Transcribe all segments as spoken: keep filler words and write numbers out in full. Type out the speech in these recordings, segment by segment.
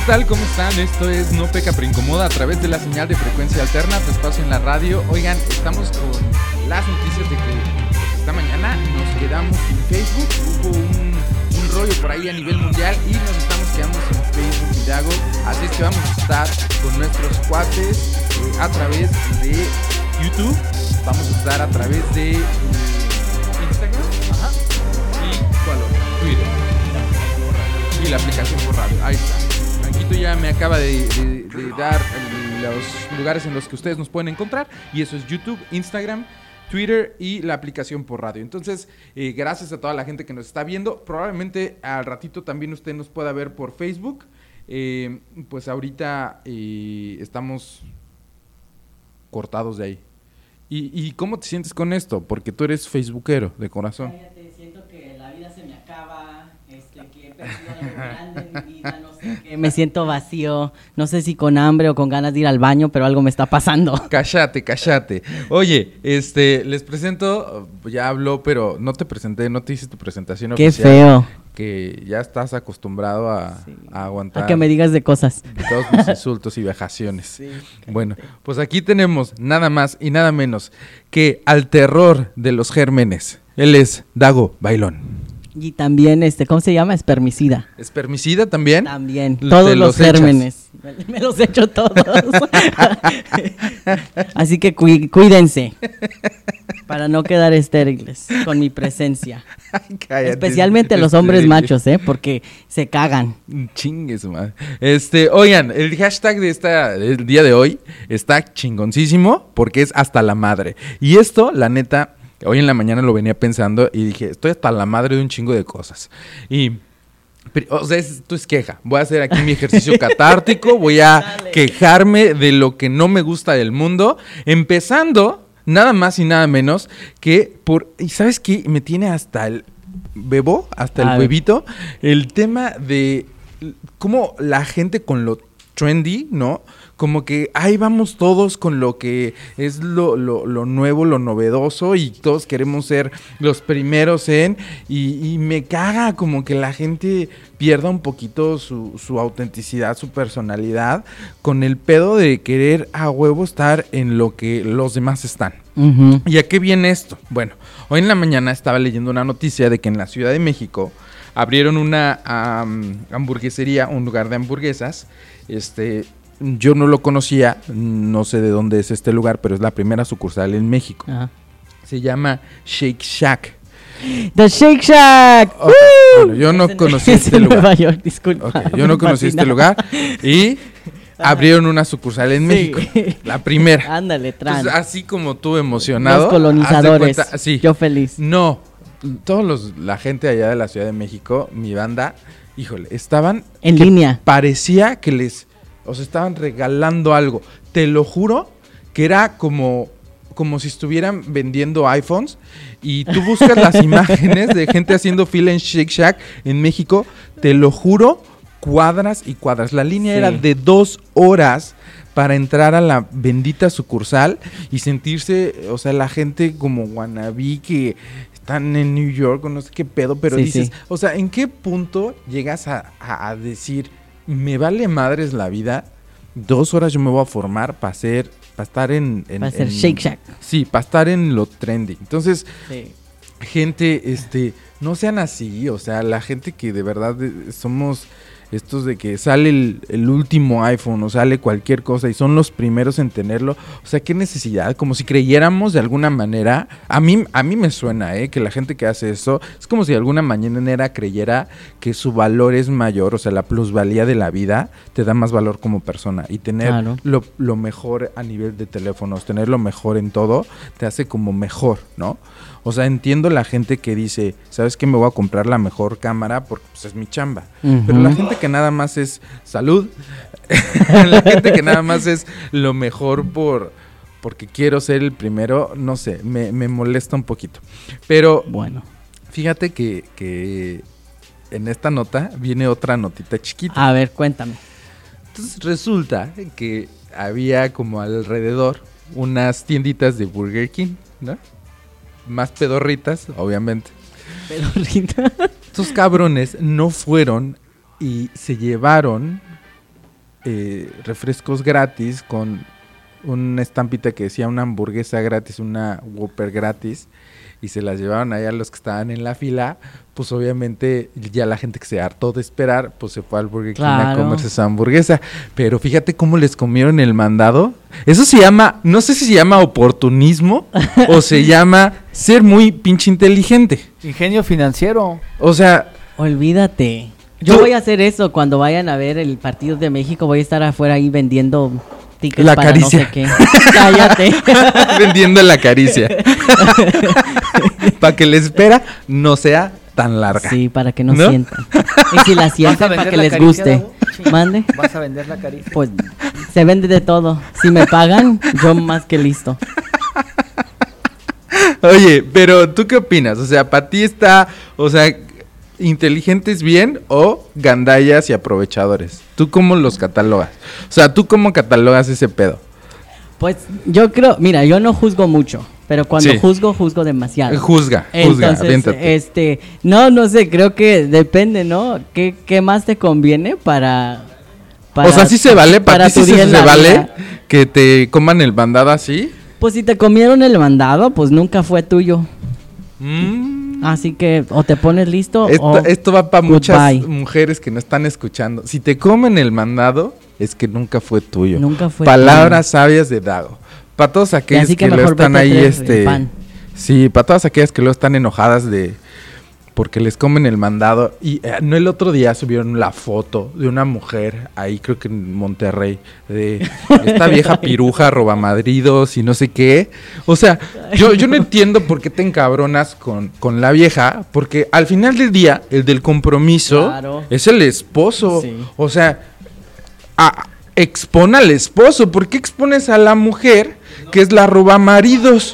tal? ¿Cómo están? Esto es No Peca Pero Incomoda a través de la señal de frecuencia alterna, tu espacio en la radio. Oigan, estamos con las noticias de que esta mañana nos quedamos sin Facebook. Hubo un, un rollo por ahí a nivel mundial y nos estamos quedando sin Facebook y Dago. Así es que vamos a estar con nuestros cuates eh, a través de YouTube. Vamos a estar a través de eh, Instagram. Ajá. ¿Y cuál otro? Twitter. Y la aplicación por radio. Ahí está. Franquito ya me acaba de, de, de dar los lugares en los que ustedes nos pueden encontrar. Y eso es YouTube, Instagram, Twitter y la aplicación por radio. Entonces, eh, gracias a toda la gente que nos está viendo. Probablemente al ratito también usted nos pueda ver por Facebook. Eh, pues ahorita eh, estamos cortados de ahí. ¿Y, ¿Y cómo te sientes con esto? Porque tú eres facebookero de corazón. Cállate, siento que la vida se me acaba, este, que he perdido algo grande en mi vida, no sé qué. Me siento vacío, no sé si con hambre o con ganas de ir al baño, pero algo me está pasando. Cállate, cállate. Oye, este, les presento, ya habló, pero no te presenté, no te hice tu presentación Qué oficial. Qué feo. Que ya estás acostumbrado a, sí. a aguantar. A que me digas de cosas. De todos mis insultos y vejaciones. Sí, bueno, pues aquí tenemos nada más y nada menos que al terror de los gérmenes. Él es Dago Bailón. Y también, este, ¿cómo se llama? Espermicida. ¿Espermicida también? También, todos los, los gérmenes. Me, me los echo todos. Así que cu- cuídense. Para no quedar estériles con mi presencia. Ay, cállate, especialmente los hombres machos, ¿eh? Porque se cagan. Chingues, madre. Este, oigan, el hashtag de esta, del día de hoy está chingoncísimo porque es hasta la madre. Y esto, la neta, hoy en la mañana lo venía pensando y dije, estoy hasta la madre de un chingo de cosas. Y... o sea, esto es queja. Voy a hacer aquí mi ejercicio catártico. Voy a Dale. quejarme de lo que no me gusta del mundo. Empezando... nada más y nada menos que por... ¿Y sabes qué? Me tiene hasta el bebo, hasta el huevito, el tema de cómo la gente con lo trendy, ¿no? Como que ahí vamos todos con lo que es lo, lo, lo nuevo, lo novedoso y todos queremos ser los primeros en... Y, y me caga como que la gente pierda un poquito su, su autenticidad, su personalidad con el pedo de querer a huevo estar en lo que los demás están. Uh-huh. ¿Y a qué viene esto? Bueno, hoy en la mañana estaba leyendo una noticia de que en la Ciudad de México abrieron una um, hamburguesería, un lugar de hamburguesas. Este, yo no lo conocía, no sé de dónde es este lugar, pero es la primera sucursal en México. Uh-huh. Se llama Shake Shack. The Shake Shack. Okay, bueno, yo no conocí este lugar. Nueva York, disculpa. Okay, yo no conocí este lugar y abrieron una sucursal en sí. México, la primera. Ándale, tran. Entonces, así como tú emocionado. Los colonizadores, cuenta, sí. Yo feliz. No, todos los, la gente allá de la Ciudad de México, mi banda, híjole, estaban... En línea. Parecía que les, o sea, estaban regalando algo. Te lo juro que era como... como si estuvieran vendiendo iPhones y tú buscas las imágenes de gente haciendo fila en Shake Shack en México, te lo juro, cuadras y cuadras. La línea sí. era de dos horas para entrar a la bendita sucursal y sentirse, o sea, la gente como wannabe que están en New York o no sé qué pedo, pero sí, dices, sí. o sea, ¿en qué punto llegas a, a, a decir, me vale madres la vida, dos horas yo me voy a formar para hacer... para estar en... en para hacer en, Shake Shack. Sí, para estar en lo trendy. Entonces, sí. gente, este, no sean así, o sea, la gente que de verdad somos estos de que sale el, el último iPhone o sale cualquier cosa y son los primeros en tenerlo, o sea, qué necesidad, como si creyéramos de alguna manera, a mí, a mí me suena, eh, que la gente que hace eso, es como si de alguna manera creyera que su valor es mayor, o sea, la plusvalía de la vida te da más valor como persona y tener claro. lo, lo mejor a nivel de teléfonos, tener lo mejor en todo, te hace como mejor, ¿no? O sea, entiendo la gente que dice, ¿sabes qué? Me voy a comprar la mejor cámara porque pues, es mi chamba. Uh-huh. Pero la gente que nada más es salud, la gente que nada más es lo mejor por porque quiero ser el primero, no sé, me, me molesta un poquito. Pero bueno, fíjate que, que en esta nota viene otra notita chiquita. A ver, cuéntame. Entonces resulta que había como alrededor unas tienditas de Burger King, ¿no? Más pedorritas, obviamente. Pedorritas. Estos cabrones no fueron y se llevaron eh, refrescos gratis con una estampita que decía una hamburguesa gratis, una Whopper gratis, y se las llevaron allá a los que estaban en la fila, pues obviamente ya la gente que se hartó de esperar, pues se fue al Burger King Claro. a comerse esa hamburguesa. Pero fíjate cómo les comieron el mandado. Eso se llama, no sé si se llama oportunismo o se llama ser muy pinche inteligente. Ingenio financiero. O sea, Olvídate. Yo Tú- voy a hacer eso cuando vayan a ver el partido de México. Voy a estar afuera ahí vendiendo tickets La para caricia. no sé qué. Cállate. vendiendo la caricia. Para que la espera no sea tan larga. Sí, para que no, ¿No? sientan. Y si la ¿Vas a sientan, vender para que la les caricia, guste. Davo? Sí. Mande. ¿Vas a vender la caricia? Pues se vende de todo. Si me pagan, yo más que listo. Oye, pero ¿tú qué opinas? O sea, ¿para ti está, o sea, inteligentes bien o gandallas y aprovechadores? ¿Tú cómo los catalogas? O sea, ¿tú cómo catalogas ese pedo? Pues yo creo, mira, yo no juzgo mucho, pero cuando Sí. juzgo, juzgo demasiado. Juzga, juzga, Entonces, aviéntate. este, no, no sé, creo que depende, ¿no? ¿Qué, qué más te conviene para, para o sea, sí se vale, para, ti tu sí día se, en se la vale vida? que te coman el mandado así. Pues si te comieron el mandado, pues nunca fue tuyo. Mm. Así que o te pones listo Esto, o esto va para muchas goodbye. mujeres que no están escuchando. Si te comen el mandado, es que nunca fue tuyo. Nunca fue Palabras sabias de Dago. Para todos aquellos así que, que luego mejor están vete a ahí, traer este, el pan. sí, para todas aquellas que luego están enojadas de porque les comen el mandado. Y eh, no el otro día subieron la foto de una mujer ahí, creo que en Monterrey, de esta vieja piruja, robamadridos y no sé qué. O sea, yo, yo no entiendo por qué te encabronas con, con la vieja, porque al final del día, el del compromiso Claro. es el esposo. Sí. O sea, a- expone al esposo. ¿Por qué expones a la mujer que es la robamaridos?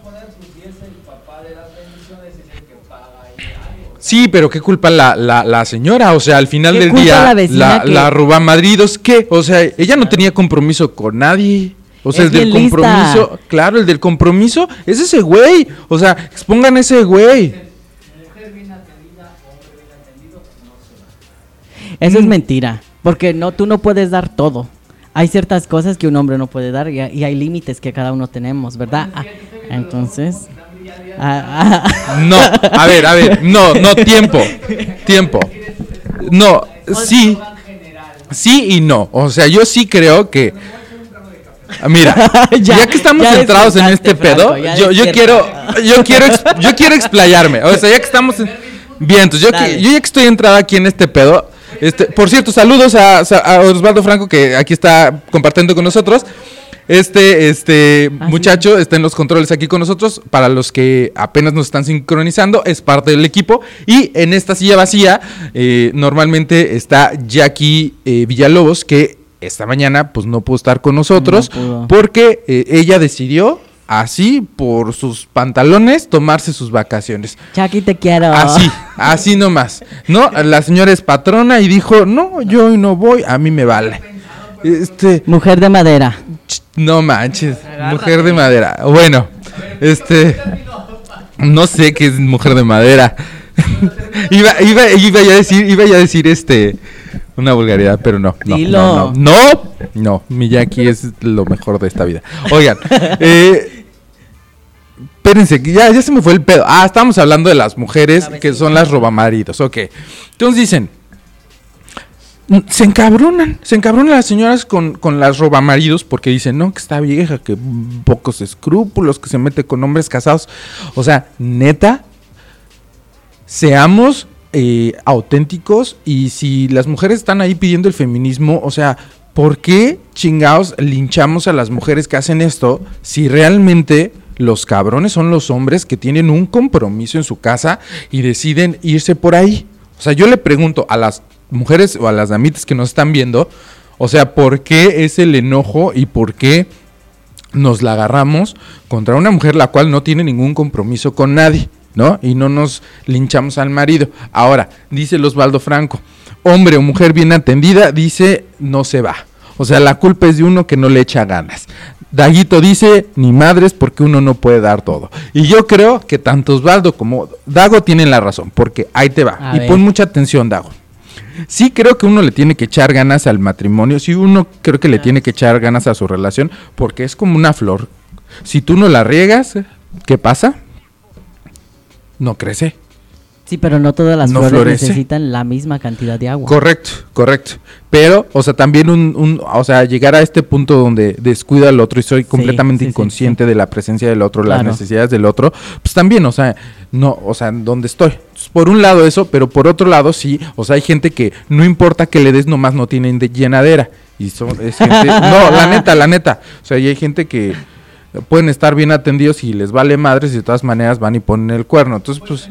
Sí, pero ¿qué culpa la, la, la señora? O sea, al final ¿Qué del culpa día, la la, vecina que- la robamadridos, ¿qué? O sea, ella no tenía compromiso con nadie. O sea, Es el del bien lista. compromiso, claro, el del compromiso es ese güey. O sea, expongan ese güey. Eso Mm. es mentira, porque no, tú no puedes dar todo. Hay ciertas cosas que un hombre no puede dar y, y hay límites que cada uno tenemos, ¿verdad? Ah, entonces, ah, ah, No, a ver, a ver, no, no, tiempo, tiempo. No, sí, sí y no. O sea, yo sí creo que... Mira, ya, Ya- que estamos ya centrados en despertaste, este pedo, Franco, ya yo, yo quiero, despierta. yo quiero, ex- yo quiero explayarme. O sea, ya que estamos en- bien, entonces yo, que, Dale. yo ya que estoy entrado aquí en este pedo, este, por cierto, saludos a, a Osvaldo Franco que aquí está compartiendo con nosotros. Este, este Ah, sí. muchacho está en los controles aquí con nosotros. Para los que apenas nos están sincronizando, es parte del equipo. Y en esta silla vacía, eh, normalmente está Jackie eh, Villalobos, que esta mañana pues no pudo estar con nosotros No pudo. porque eh, ella decidió, así por sus pantalones, tomarse sus vacaciones. Chucky, te quiero. Así, así nomás. No, la señora es patrona y dijo, no, yo hoy no voy, a mí me vale. Este, Mujer de madera. ch- no manches, mujer de madera. Bueno, este, no sé qué es mujer de madera. iba, iba, iba ya a decir, iba ya a decir este, una vulgaridad, pero no, no, Dilo. no, no, no, no, Miyaki es lo mejor de esta vida. Oigan, eh, espérense, que ya, ya se me fue el pedo. Ah, estamos hablando de las mujeres que son las robamaridos, ok. Entonces dicen, n- se encabronan, se encabronan las señoras con, con las robamaridos porque dicen, no, que está vieja, que pocos escrúpulos, que se mete con hombres casados. O sea, neta, seamos eh, auténticos y si las mujeres están ahí pidiendo el feminismo, o sea, ¿por qué chingados linchamos a las mujeres que hacen esto si realmente los cabrones son los hombres que tienen un compromiso en su casa y deciden irse por ahí? O sea, yo le pregunto a las mujeres o a las damitas que nos están viendo, o sea, ¿por qué es el enojo y por qué nos la agarramos contra una mujer la cual no tiene ningún compromiso con nadie, ¿no? Y no nos linchamos al marido. Ahora, dice el Osvaldo Franco, hombre o mujer bien atendida, dice, no se va. O sea, la culpa es de uno que no le echa ganas. Daguito dice, ni madres, porque uno no puede dar todo. Y yo creo que tanto Osvaldo como Dago tienen la razón, porque ahí te va. A y ver. pon mucha atención, Dago. Sí creo que uno le tiene que echar ganas al matrimonio, sí uno creo que le tiene que echar ganas a su relación, porque es como una flor. Si tú no la riegas, ¿qué pasa? No crece. Sí, pero no todas las No flores florece. necesitan la misma cantidad de agua. Correcto, correcto. Pero, o sea, también un, un, o sea, llegar a este punto donde descuido al otro y soy completamente sí, sí, inconsciente sí. de la presencia del otro, Claro. las necesidades del otro, pues también, o sea, no, o sea, ¿dónde estoy? Entonces, por un lado eso, pero por otro lado sí, o sea, hay gente que no importa que le des, nomás no tienen de llenadera. Y son, es gente, no, la neta, la neta. O sea, y hay gente que pueden estar bien atendidos y les vale madres y de todas maneras van y ponen el cuerno. Entonces, pues...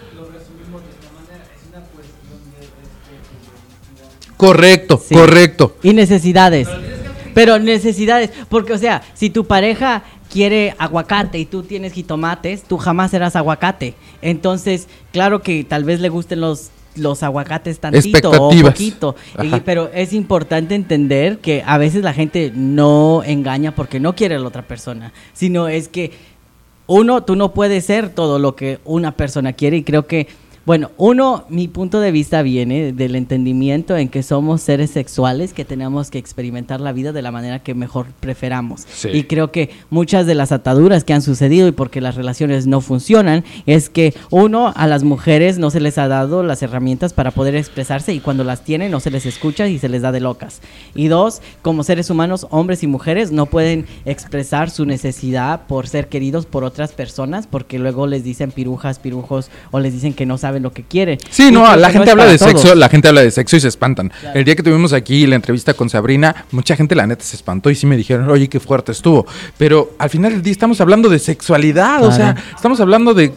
Correcto, Sí. correcto. Y necesidades. Pero necesidades, porque o sea, si tu pareja quiere aguacate y tú tienes jitomates, tú jamás serás aguacate. Entonces, claro que tal vez le gusten los los aguacates tantito o Expectativas. poquito, y- Ajá. pero es importante entender que a veces la gente no engaña porque no quiere a la otra persona, sino es que uno, tú no puedes ser todo lo que una persona quiere, y creo que, bueno, uno, mi punto de vista viene del entendimiento en que somos seres sexuales que tenemos que experimentar la vida de la manera que mejor preferamos. Sí. Y creo que muchas de las ataduras que han sucedido y porque las relaciones no funcionan es que uno, a las mujeres no se les ha dado las herramientas para poder expresarse, y cuando las tienen no se les escucha y se les da de locas. Y dos, como seres humanos, hombres y mujeres no pueden expresar su necesidad por ser queridos por otras personas porque luego les dicen pirujas, pirujos, o les dicen que no saben lo que quieren. Sí, Y no, creo la que gente es habla para de todos. sexo, la gente habla de sexo y se espantan. Claro. El día que tuvimos aquí la entrevista con Sabrina, mucha gente la neta se espantó y sí me dijeron, oye, qué fuerte estuvo. Pero al final del día estamos hablando de sexualidad, o sea, Claro. estamos hablando de...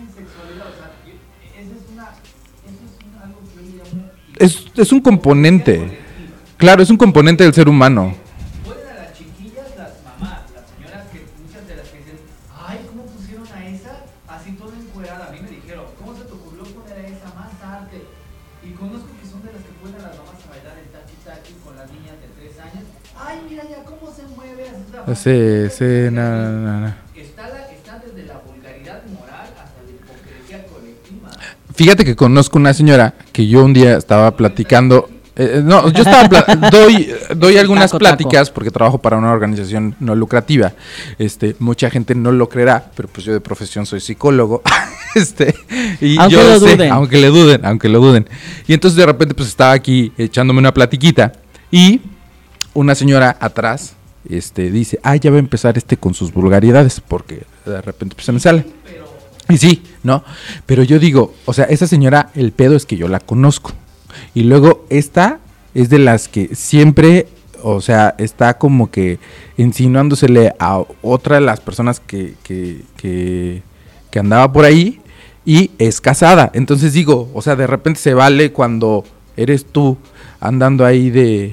Es, es un componente, claro, es un componente del ser humano. Pueden a las chiquillas, las mamás, las señoras que muchas de las que dicen, ay, ¿cómo pusieron a esa así toda encuerada? A mí me dijeron, ¿cómo se te ocurrió poner a esa más arte? Y conozco que son de las que ponen a las mamás a bailar el taqui taqui con las niñas de tres años. Ay, mira ya cómo se mueve. Así, o sea, Sí, sí, no, no, no, no. Está, la, está desde la vulgaridad moral hasta la hipocresía colectiva. Fíjate que conozco una señora que yo un día estaba platicando, eh, no, yo estaba, pla- doy, doy algunas Taco, taco. pláticas porque trabajo para una organización no lucrativa, este, mucha gente no lo creerá, pero pues yo de profesión soy psicólogo, este, y Aunque yo lo sé, duden. aunque le duden, aunque lo duden, y entonces de repente pues estaba aquí echándome una platiquita, y una señora atrás, este, dice, ah, ya va a empezar este con sus vulgaridades, porque de repente pues se me sale. Y sí, ¿no? Pero yo digo, o sea, esa señora, el pedo es que yo la conozco. Y luego esta es de las que siempre, o sea, está como que insinuándosele a otra de las personas que, que, que, que andaba por ahí y es casada. Entonces digo, o sea, de repente se vale cuando eres tú andando ahí de,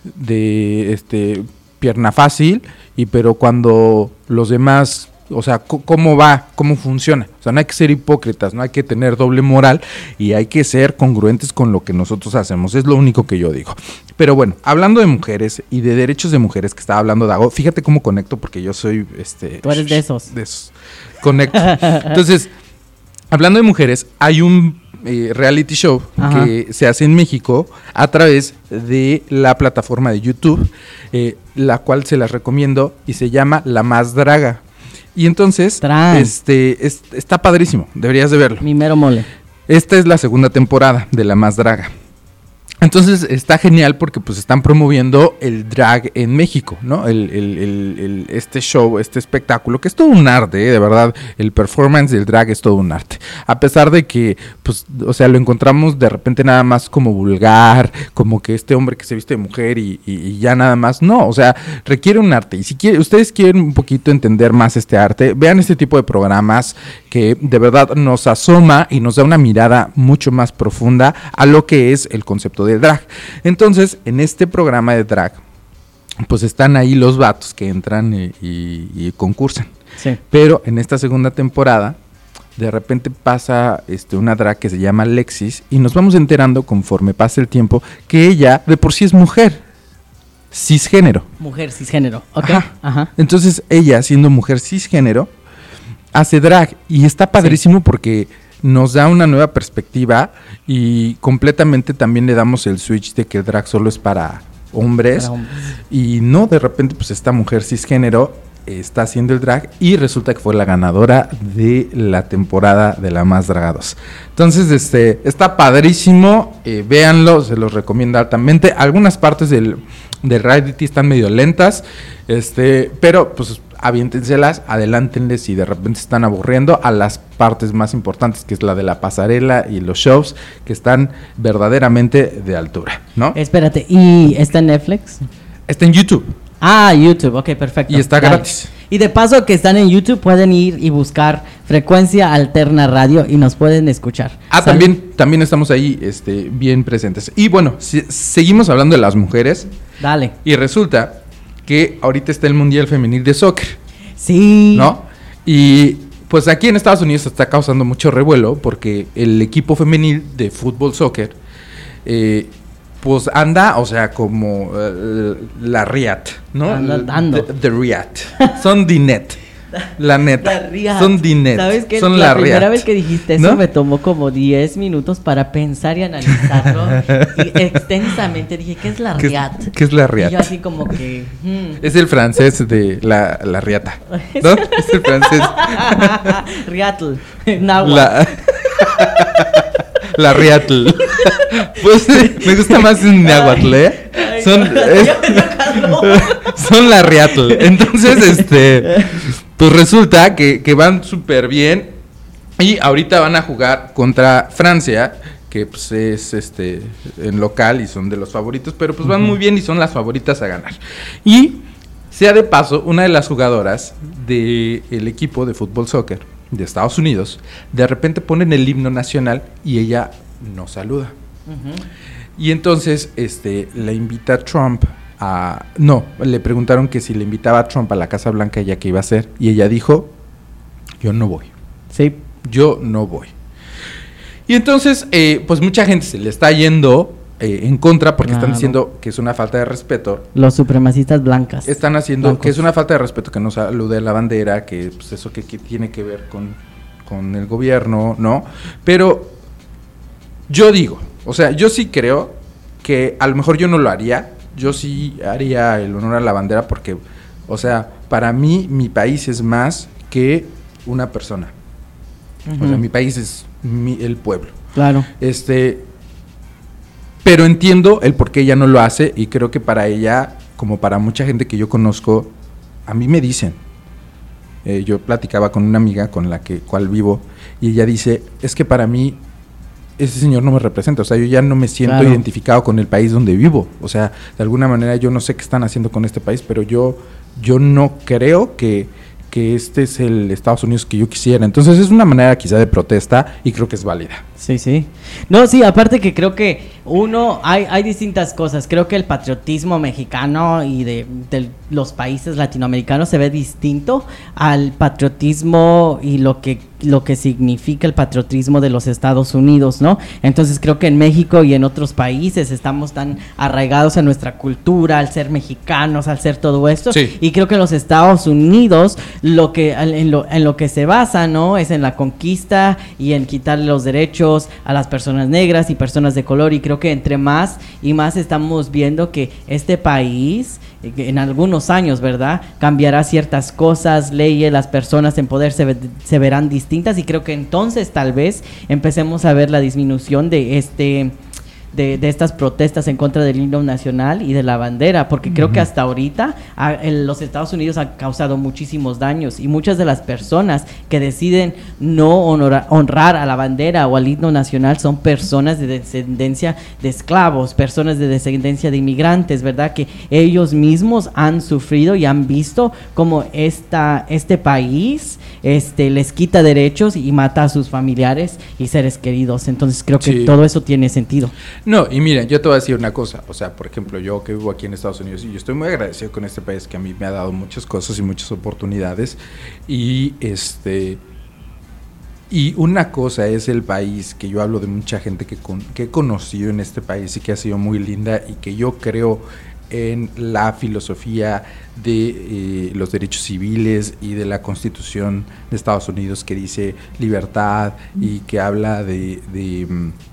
de este, pierna fácil, y pero cuando los demás... O sea, c- ¿cómo va? ¿Cómo funciona? O sea, no hay que ser hipócritas, no hay que tener doble moral y hay que ser congruentes con lo que nosotros hacemos. Es lo único que yo digo. Pero bueno, hablando de mujeres y de derechos de mujeres que estaba hablando Dago, fíjate cómo conecto porque yo soy... este Tú eres de esos. De esos. Conecto. Entonces, hablando de mujeres, hay un eh, reality show Ajá. que se hace en México a través de la plataforma de YouTube, eh, la cual se las recomiendo y se llama La Más Draga. Y entonces, Tran. este, es- está padrísimo, deberías de verlo. Mi mero mole. Esta es la segunda temporada de La Más Draga. Entonces está genial porque pues están promoviendo el drag en México, ¿no? El, el- el- el- este show, este espectáculo, que es todo un arte, ¿eh? De verdad, el performance del drag es todo un arte. A pesar de que, pues, o sea, lo encontramos de repente nada más como vulgar, como que este hombre que se viste de mujer y, y- y ya nada más. No, o sea, requiere un arte. Y si quiere, ustedes quieren un poquito entender más este arte, vean este tipo de programas que de verdad nos asoma y nos da una mirada mucho más profunda a lo que es el concepto del drag. Entonces, en este programa de drag, pues están ahí los vatos que entran y, y- y concursan. Sí. Pero en esta segunda temporada, de repente pasa este, una drag que se llama Alexis y nos vamos enterando conforme pasa el tiempo que ella de por sí es mujer, cisgénero. Mujer cisgénero. Ok. Ajá. Ajá. Entonces ella, siendo mujer cisgénero, hace drag y está padrísimo porque nos da una nueva perspectiva y completamente también le damos el switch de que el drag solo es para hombres, Para hombres. y no, de repente pues esta mujer cisgénero está haciendo el drag y resulta que fue la ganadora de la temporada de La Más Dragados. Entonces, este, está padrísimo, eh, véanlo, se los recomiendo altamente. Algunas partes del, del reality están medio lentas, este, pero pues aviéntenselas, adelántenles si de repente se están aburriendo a las partes más importantes, que es la de la pasarela y los shows, que están verdaderamente de altura, ¿no? Espérate, ¿y está en Netflix? Está en YouTube. Ah, YouTube, ok, perfecto. Y está Dale. gratis. Y de paso que están en YouTube, pueden ir y buscar Frecuencia Alterna Radio y nos pueden escuchar. Ah, ¿Sale? también, también estamos ahí este, bien presentes. Y bueno, si, seguimos hablando de las mujeres. Dale. Y resulta que ahorita está el Mundial Femenil de Soccer, Sí. ¿no? Y pues aquí en Estados Unidos está causando mucho revuelo porque el equipo femenil de fútbol soccer, eh, pues anda, o sea, como uh, la Riat, ¿no? Anda dando. The, the Riat. Son Dinet. La neta. La Riat. Son Dinet. ¿Sabes qué? Son la la primera Riat. vez que dijiste eso ¿No? me tomó como diez minutos para pensar y analizarlo y extensamente. Dije, ¿qué es la ¿Qué es- Riat? qué es la Riat? Y yo así como que... hmm. Es el francés de la, la riata, ¿no? Es el francés. Riatl. Náhuatl. La, la riatl. Pues eh, me gusta más en náhuatl, ¿eh? Ay, Son, no, es- ya me dio calor. son la riatl. Entonces, este, pues resulta que, que van súper bien y ahorita van a jugar contra Francia, que pues es este en local y son de los favoritos, pero pues van muy bien y son las favoritas a ganar. Y sea de paso, una de las jugadoras del equipo de fútbol soccer de Estados Unidos, de repente ponen el himno nacional y ella no saluda. Ujú. Y entonces este la invita a Trump a... No, le preguntaron que si le invitaba a Trump a la Casa Blanca, ella qué iba a hacer, y ella dijo, yo no voy. Sí. Yo no voy. Y entonces, eh, pues mucha gente se le está yendo eh, en contra porque Claro. están diciendo que es una falta de respeto. Los supremacistas blancas. Están haciendo Blancos. que es una falta de respeto que no salude la bandera, que pues eso que, que tiene que ver con, con el gobierno, ¿no? Pero yo digo, o sea, yo sí creo que a lo mejor yo no lo haría. Yo sí haría el honor a la bandera porque, o sea, para mí mi país es más que una persona. Ujú. O sea, mi país es mi- el pueblo. Claro. Este, pero entiendo el por qué ella no lo hace y creo que para ella, como para mucha gente que yo conozco, a mí me dicen, eh, yo platicaba con una amiga con la que cual vivo y ella dice, es que para mí ese señor no me representa, o sea, yo ya no me siento Claro. identificado con el país donde vivo, o sea, de alguna manera yo no sé qué están haciendo con este país, pero yo, yo no creo que, que este es el Estados Unidos que yo quisiera, entonces es una manera quizá de protesta y creo que es válida. Sí, sí. No, sí, aparte que creo que uno, hay, hay distintas cosas. Creo que el patriotismo mexicano y de, de los países latinoamericanos se ve distinto al patriotismo y lo que, lo que significa el patriotismo de los Estados Unidos, ¿no? Entonces creo que en México y en otros países estamos tan arraigados a nuestra cultura, al ser mexicanos, al ser todo esto. Sí. Y creo que en los Estados Unidos lo que, en lo, en lo que se basa, ¿no? Es en la conquista y en quitarle los derechos a las personas negras y personas de color, y creo que entre más y más estamos viendo que este país eh, que en algunos años, ¿verdad?, cambiará ciertas cosas, leyes, las personas en poder se, ve- se verán distintas, y creo que entonces tal vez empecemos a ver la disminución de este de, de estas protestas en contra del himno nacional y de la bandera, porque creo que hasta ahorita a, el- los Estados Unidos han causado muchísimos daños, y muchas de las personas que deciden no honora- honrar a la bandera o al himno nacional son personas de descendencia de esclavos, personas de descendencia de inmigrantes, ¿verdad? Que ellos mismos han sufrido y han visto cómo esta, este país este, les quita derechos y mata a sus familiares y seres queridos. Entonces creo que Sí. todo eso tiene sentido. No, y mira, yo te voy a decir una cosa, o sea, por ejemplo, yo que vivo aquí en Estados Unidos y yo estoy muy agradecido con este país que a mí me ha dado muchas cosas y muchas oportunidades y este y una cosa es el país, que yo hablo de mucha gente que, con, que he conocido en este país y que ha sido muy linda y que yo creo en la filosofía de eh, los derechos civiles y de la Constitución de Estados Unidos, que dice libertad y que habla de de,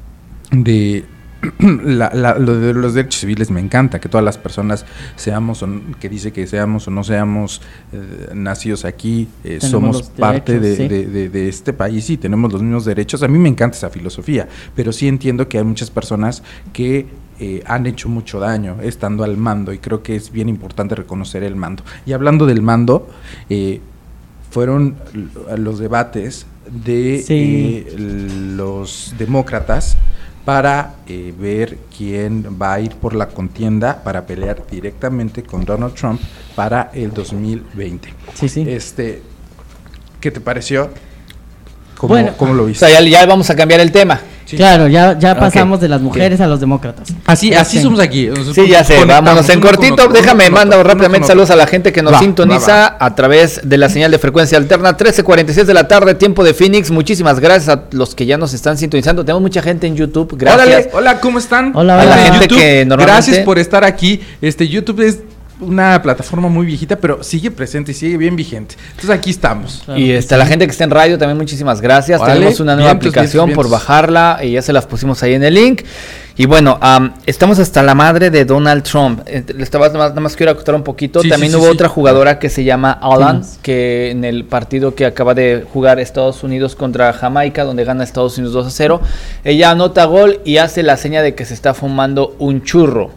de la, la, lo de los derechos civiles. Me encanta que todas las personas seamos, o, que dice que seamos o no seamos eh, nacidos aquí, eh, somos parte derechos, de, ¿sí? de, de, de este país y tenemos los mismos derechos. A mí me encanta esa filosofía, pero sí entiendo que hay muchas personas que eh, han hecho mucho daño estando al mando, y creo que es bien importante reconocer el mando. Y hablando del mando, eh, fueron los debates de sí. eh, los demócratas para eh, ver quién va a ir por la contienda para pelear directamente con Donald Trump para el dos mil veinte. Sí, sí. Este, ¿qué te pareció? ¿Cómo, bueno, ¿cómo lo viste? O sea, ya, ya vamos a cambiar el tema. Sí. Claro, ya, ya pasamos okay. de las mujeres okay. a los demócratas. Así, así somos aquí. Sí, ya sé, vámonos en cortito. Déjame, mando rápidamente saludos a la gente que nos va, sintoniza va, va. a través de la señal de frecuencia alterna, trece cuarenta y seis de la tarde, tiempo de Phoenix. Muchísimas gracias a los que ya nos están sintonizando. Tenemos mucha gente en YouTube. Gracias. Órale, hola, ¿cómo están? Hola, hola. A la gente YouTube, que normalmente... Gracias por estar aquí. Este, YouTube es una plataforma muy viejita, pero sigue presente y sigue bien vigente. Entonces aquí estamos. Claro. Y está sí. la gente que está en radio también, muchísimas gracias. Vale. Tenemos una nueva vientos, aplicación vientos, vientos. por bajarla y ya se las pusimos ahí en el link. Y bueno, um, estamos hasta la madre de Donald Trump. Eh, estaba, nada, más, nada más quiero acotar un poquito. Sí, también sí, hubo sí, otra sí. jugadora que se llama Alan, sí. que en el partido que acaba de jugar Estados Unidos contra Jamaica, donde gana Estados Unidos dos a cero, ella anota gol y hace la seña de que se está fumando un churro.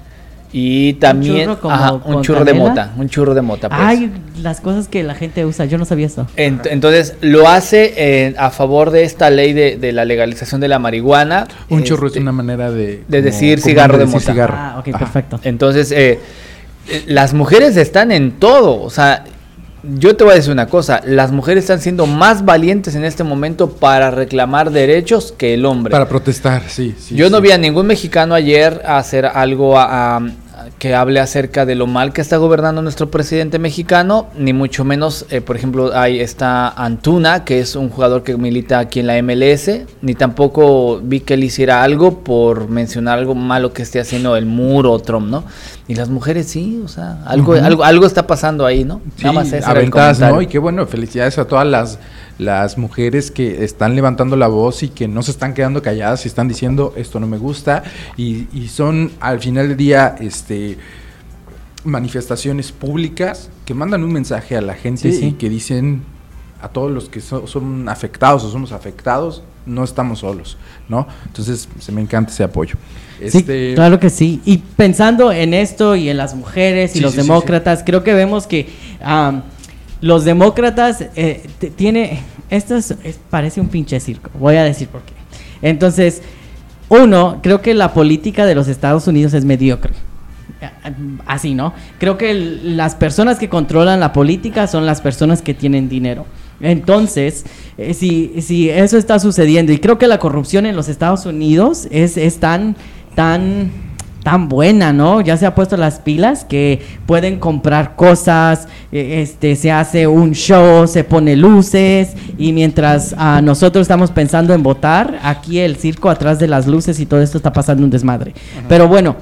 Y también un churro, ajá, un churro de mota, un churro de mota. Pues. Ay, las cosas que la gente usa, yo no sabía eso. Ent- entonces lo hace eh, a favor de esta ley de, de la legalización de la marihuana. Un este, churro es una manera de de como, decir cigarro de, de mota. Cigarro. Ah, ok, ajá. perfecto. Entonces eh, eh, las mujeres están en todo, o sea, yo te voy a decir una cosa, las mujeres están siendo más valientes en este momento para reclamar derechos que el hombre. Para protestar, sí. sí yo sí. no vi a ningún mexicano ayer hacer algo a, a que hable acerca de lo mal que está gobernando nuestro presidente mexicano, ni mucho menos, eh, por ejemplo, ahí está Antuna, que es un jugador que milita aquí en la M L S, ni tampoco vi que él hiciera algo por mencionar algo malo que esté haciendo el muro o Trump, ¿no? Y las mujeres sí, o sea, algo, uh-huh. algo, algo está pasando ahí, ¿no? Sí, nada más ese aventadas, ¿no? Y qué bueno, felicidades a todas las las mujeres que están levantando la voz y que no se están quedando calladas y están diciendo esto no me gusta, y, y son al final del día este manifestaciones públicas que mandan un mensaje a la gente sí, sí. y que dicen a todos los que so, son afectados o somos afectados, no estamos solos, ¿no? Entonces se me encanta ese apoyo. Sí, este... claro que sí. Y pensando en esto y en las mujeres y sí, los sí, demócratas, sí, sí. creo que vemos que um, los demócratas eh, t- tiene esto es, es, parece un pinche circo. Voy a decir por qué. Entonces, uno, creo que la política de los Estados Unidos es mediocre. Así, ¿no? Creo que el, las personas que controlan la política son las personas que tienen dinero. Entonces, eh, si, si eso está sucediendo, y creo que la corrupción en los Estados Unidos es, es tan, tan, tan buena, ¿no? Ya se ha puesto las pilas que pueden comprar cosas, eh, este, se hace un show, se pone luces, y mientras uh, nosotros estamos pensando en votar, aquí el circo atrás de las luces y todo esto está pasando un desmadre. Uh-huh. Pero bueno,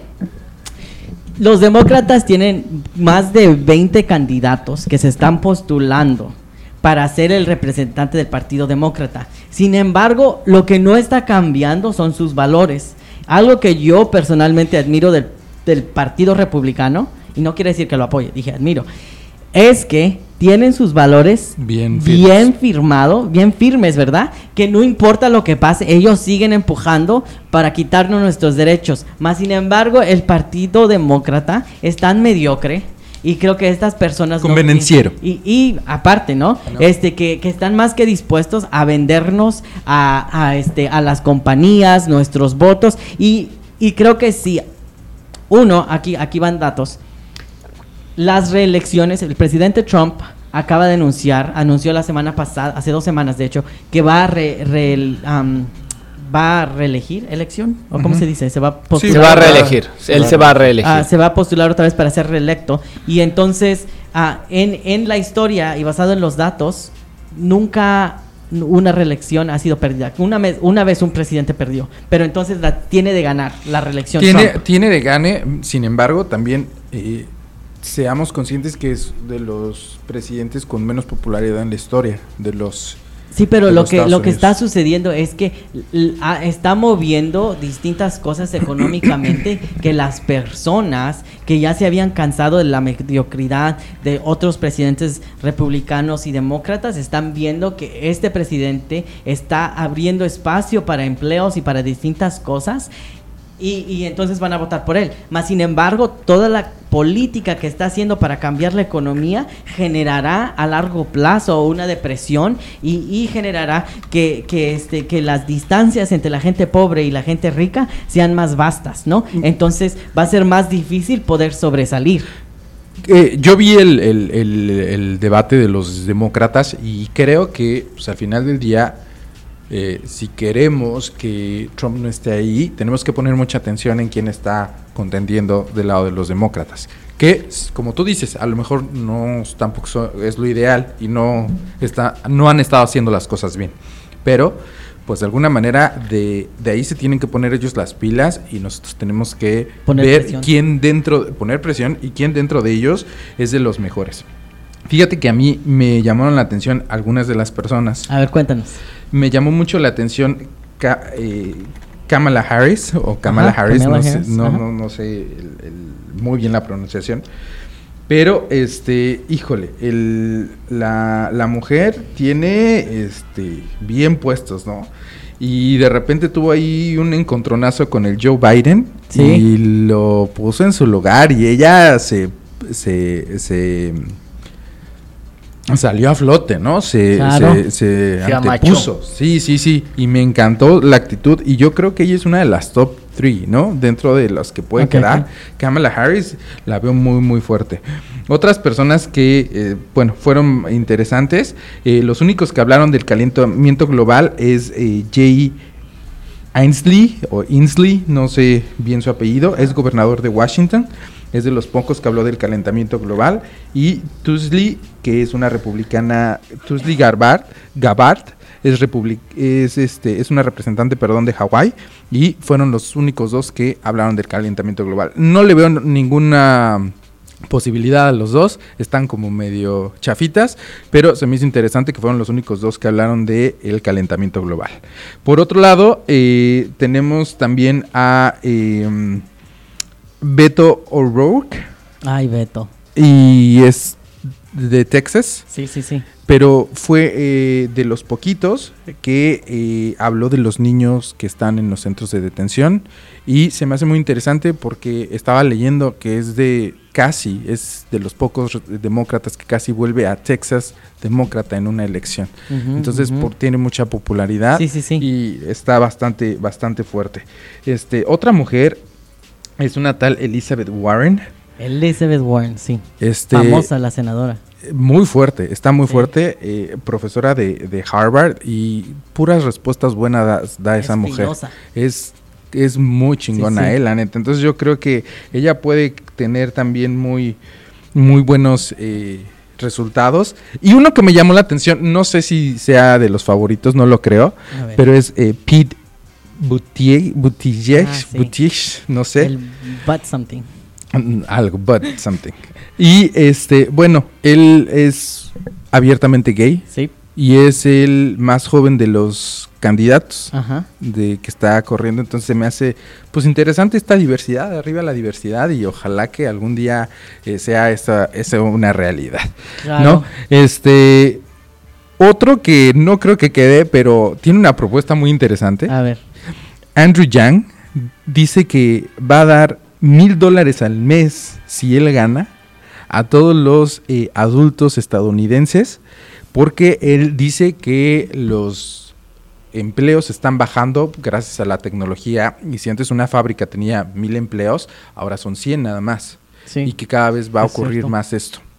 los demócratas tienen más de veinte candidatos que se están postulando para ser el representante del Partido Demócrata. Sin embargo, lo que no está cambiando son sus valores. Algo que yo personalmente admiro del, del Partido Republicano, y no quiere decir que lo apoye, dije admiro, es que tienen sus valores bien, bien firmados, bien firmes, ¿verdad? Que no importa lo que pase, ellos siguen empujando para quitarnos nuestros derechos. Más sin embargo, el Partido Demócrata es tan mediocre, y creo que estas personas convenenciero no, y, y aparte, ¿no? no. Este que, que están más que dispuestos a vendernos a, a este a las compañías nuestros votos, y, y creo que sí. Uno, aquí aquí van datos. Las reelecciones, el presidente Trump acaba de anunciar, anunció la semana pasada, hace dos semanas de hecho, que va a re, re, um, va a reelegir elección, o cómo uh-huh. se dice, se va a postular. Sí, se va a reelegir, se él va. se va a reelegir. Uh, se va a postular otra vez para ser reelecto, y entonces uh, en, en la historia y basado en los datos, nunca una reelección ha sido perdida. Una, me, una vez un presidente perdió, pero entonces la tiene de ganar la reelección. Tiene, Trump. tiene de gane, sin embargo, también eh, seamos conscientes que es de los presidentes con menos popularidad en la historia, de los... Sí, pero lo que lo que está sucediendo es que l- a, está moviendo distintas cosas económicamente que las personas que ya se habían cansado de la mediocridad de otros presidentes republicanos y demócratas están viendo que este presidente está abriendo espacio para empleos y para distintas cosas. Y, y entonces van a votar por él. Más sin embargo, toda la política que está haciendo para cambiar la economía generará a largo plazo una depresión y, y generará que, que, este, que las distancias entre la gente pobre y la gente rica sean más vastas, ¿no? Entonces va a ser más difícil poder sobresalir. Eh, yo vi el, el, el, el debate de los demócratas y creo que pues, al final del día... Eh, si queremos que Trump no esté ahí, tenemos que poner mucha atención en quién está contendiendo del lado de los demócratas. Que, como tú dices, a lo mejor no tampoco so, es lo ideal y no, está, no han estado haciendo las cosas bien. Pero, pues de alguna manera, de, de ahí se tienen que poner ellos las pilas y nosotros tenemos que poner ver presión. quién dentro, poner presión y quién dentro de ellos es de los mejores. Fíjate que a mí me llamaron la atención algunas de las personas. A ver, cuéntanos. Me llamó mucho la atención Ka, eh, Kamala Harris o Kamala Ajá, Harris, Kamala no, Harris. Sé, no, no, no sé el, el, muy bien la pronunciación, pero este, híjole, el, la, la mujer tiene este, bien puestos, ¿no? Y de repente tuvo ahí un encontronazo con el Joe Biden, ¿sí? Y lo puso en su lugar y ella se se, se salió a flote, ¿no? Se, claro. se, se, se antepuso. Sí, sí, sí. Y me encantó la actitud. Y yo creo que ella es una de las top three, ¿no? Dentro de las que puede okay, quedar. Okay. Kamala Harris la veo muy, muy fuerte. Otras personas que, eh, bueno, fueron interesantes. Eh, los únicos que hablaron del calentamiento global es eh, Jay Inslee, o Inslee, no sé bien su apellido. Es gobernador de Washington. Es de los pocos que habló del calentamiento global. Y Tulsi, que es una republicana, Tulsi Gabbard, Gabbard es, republic, es, este, es una representante, perdón, de Hawái. Y fueron los únicos dos que hablaron del calentamiento global. No le veo ninguna posibilidad a los dos, están como medio chafitas, pero se me hizo interesante que fueron los únicos dos que hablaron del calentamiento global. Por otro lado, eh, tenemos también a... Eh, Beto O'Rourke. Ay, Beto. Y es de Texas. Sí, sí, sí. Pero fue eh, de los poquitos que eh, habló de los niños que están en los centros de detención. Y se me hace muy interesante porque estaba leyendo que es de casi, es de los pocos demócratas que casi vuelve a Texas demócrata en una elección. Uh-huh, Entonces uh-huh. por, tiene mucha popularidad. Sí, sí, sí. Y está bastante, bastante fuerte. Este, otra mujer... Es una tal Elizabeth Warren. Elizabeth Warren, sí. Este, famosa la senadora. Muy fuerte, está muy sí. fuerte. Eh, profesora de, de Harvard y puras respuestas buenas da, da esa mujer. Es, es muy chingona, sí, sí. eh, la neta. Entonces yo creo que ella puede tener también muy, muy buenos eh, resultados. Y uno que me llamó la atención, no sé si sea de los favoritos, no lo creo, pero es eh, Pete Buttigieg, Buttigieg, ah, sí. Buttigieg, no sé. El but something. Algo, but something. Y este, bueno, él es abiertamente gay. Sí. Y es el más joven de los candidatos Ajá. de que está corriendo. Entonces se me hace pues interesante esta diversidad, arriba la diversidad, y ojalá que algún día eh, sea esa, esa una realidad. Claro. ¿No? Este, otro que no creo que quede, pero tiene una propuesta muy interesante. A ver. Andrew Yang dice que va a dar mil dólares al mes si él gana a todos los eh, adultos estadounidenses, porque él dice que los empleos están bajando gracias a la tecnología, y si antes una fábrica tenía mil empleos, ahora son cien nada más, sí. y que cada vez va a ocurrir cierto. más esto.